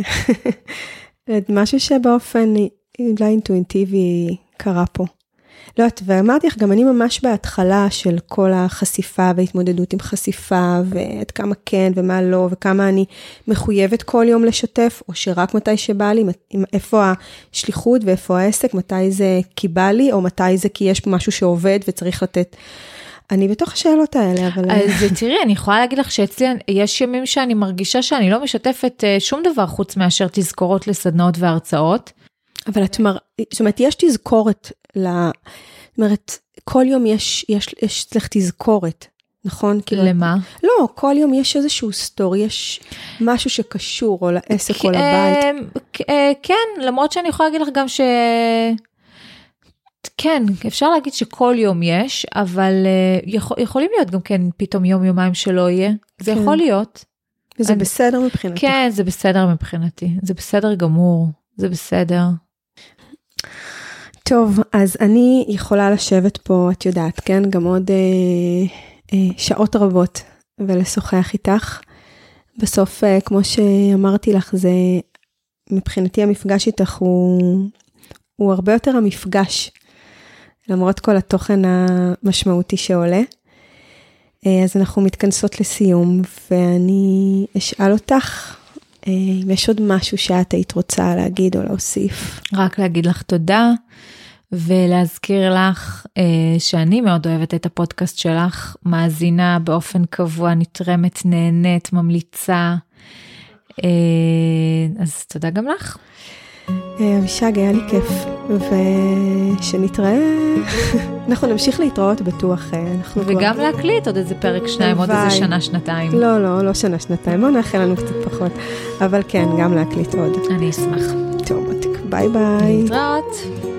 משהו שבאופן אולי אינטואיטיבי קרה פה. לא, ואמרתי לך, גם אני ממש בהתחלה של כל החשיפה והתמודדות עם חשיפה, ועד כמה כן ומה לא, וכמה אני מחויבת כל יום לשתף, או שרק מתי שבא לי, איפה השליחות ואיפה העסק, מתי זה כי בא לי, או מתי זה כי יש פה משהו שעובד וצריך לתת. אני בתוך השאלות האלה, אבל... אז תראי, אני יכולה להגיד לך שאצלי יש ימים שאני מרגישה שאני לא משתפת שום דבר חוץ מאשר תזכורות לסדנאות והרצאות. אבל זאת אומרת, יש תזכורת זאת אומרת, כל יום יש לך תזכורת, נכון? למה? לא, כל יום יש איזשהו סטורי, יש משהו שקשור, או לעסק או לבית. כן, למרות שאני יכולה להגיד לך גם כן, אפשר להגיד שכל יום יש, אבל יכולים להיות גם כן פתאום יום-יומיים שלא יהיה. זה יכול להיות. וזה בסדר מבחינתי. כן, זה בסדר מבחינתי. זה בסדר גמור. זה בסדר. טוב, אז אני יכולה לשבת פה, את יודעת, כן? גם עוד שעות רבות ולשוחח איתך. בסוף, כמו שאמרתי לך, זה מבחינתי המפגש איתך הוא הרבה יותר המפגש, למרות כל התוכן המשמעותי שעולה. אז אנחנו מתכנסות לסיום, ואני אשאל אותך, אם יש עוד משהו שאת היית רוצה להגיד או להוסיף. רק להגיד לך תודה, ולהזכיר לך שאני מאוד אוהבת את הפודקאסט שלך, מאזינה באופן קבוע, נתרמת, נהנית, ממליצה. אז תודה גם לך. אבישג, היה לי כיף, ושנתראה, אנחנו נמשיך להתראות בטוח. וגם להקליט עוד איזה פרק 2, עוד איזה שנה, שנתיים. לא שנה, שנתיים, בוא נאחל לנו קצת פחות, אבל כן, גם להקליט עוד. אני אשמח. טוב, ביי ביי. להתראות.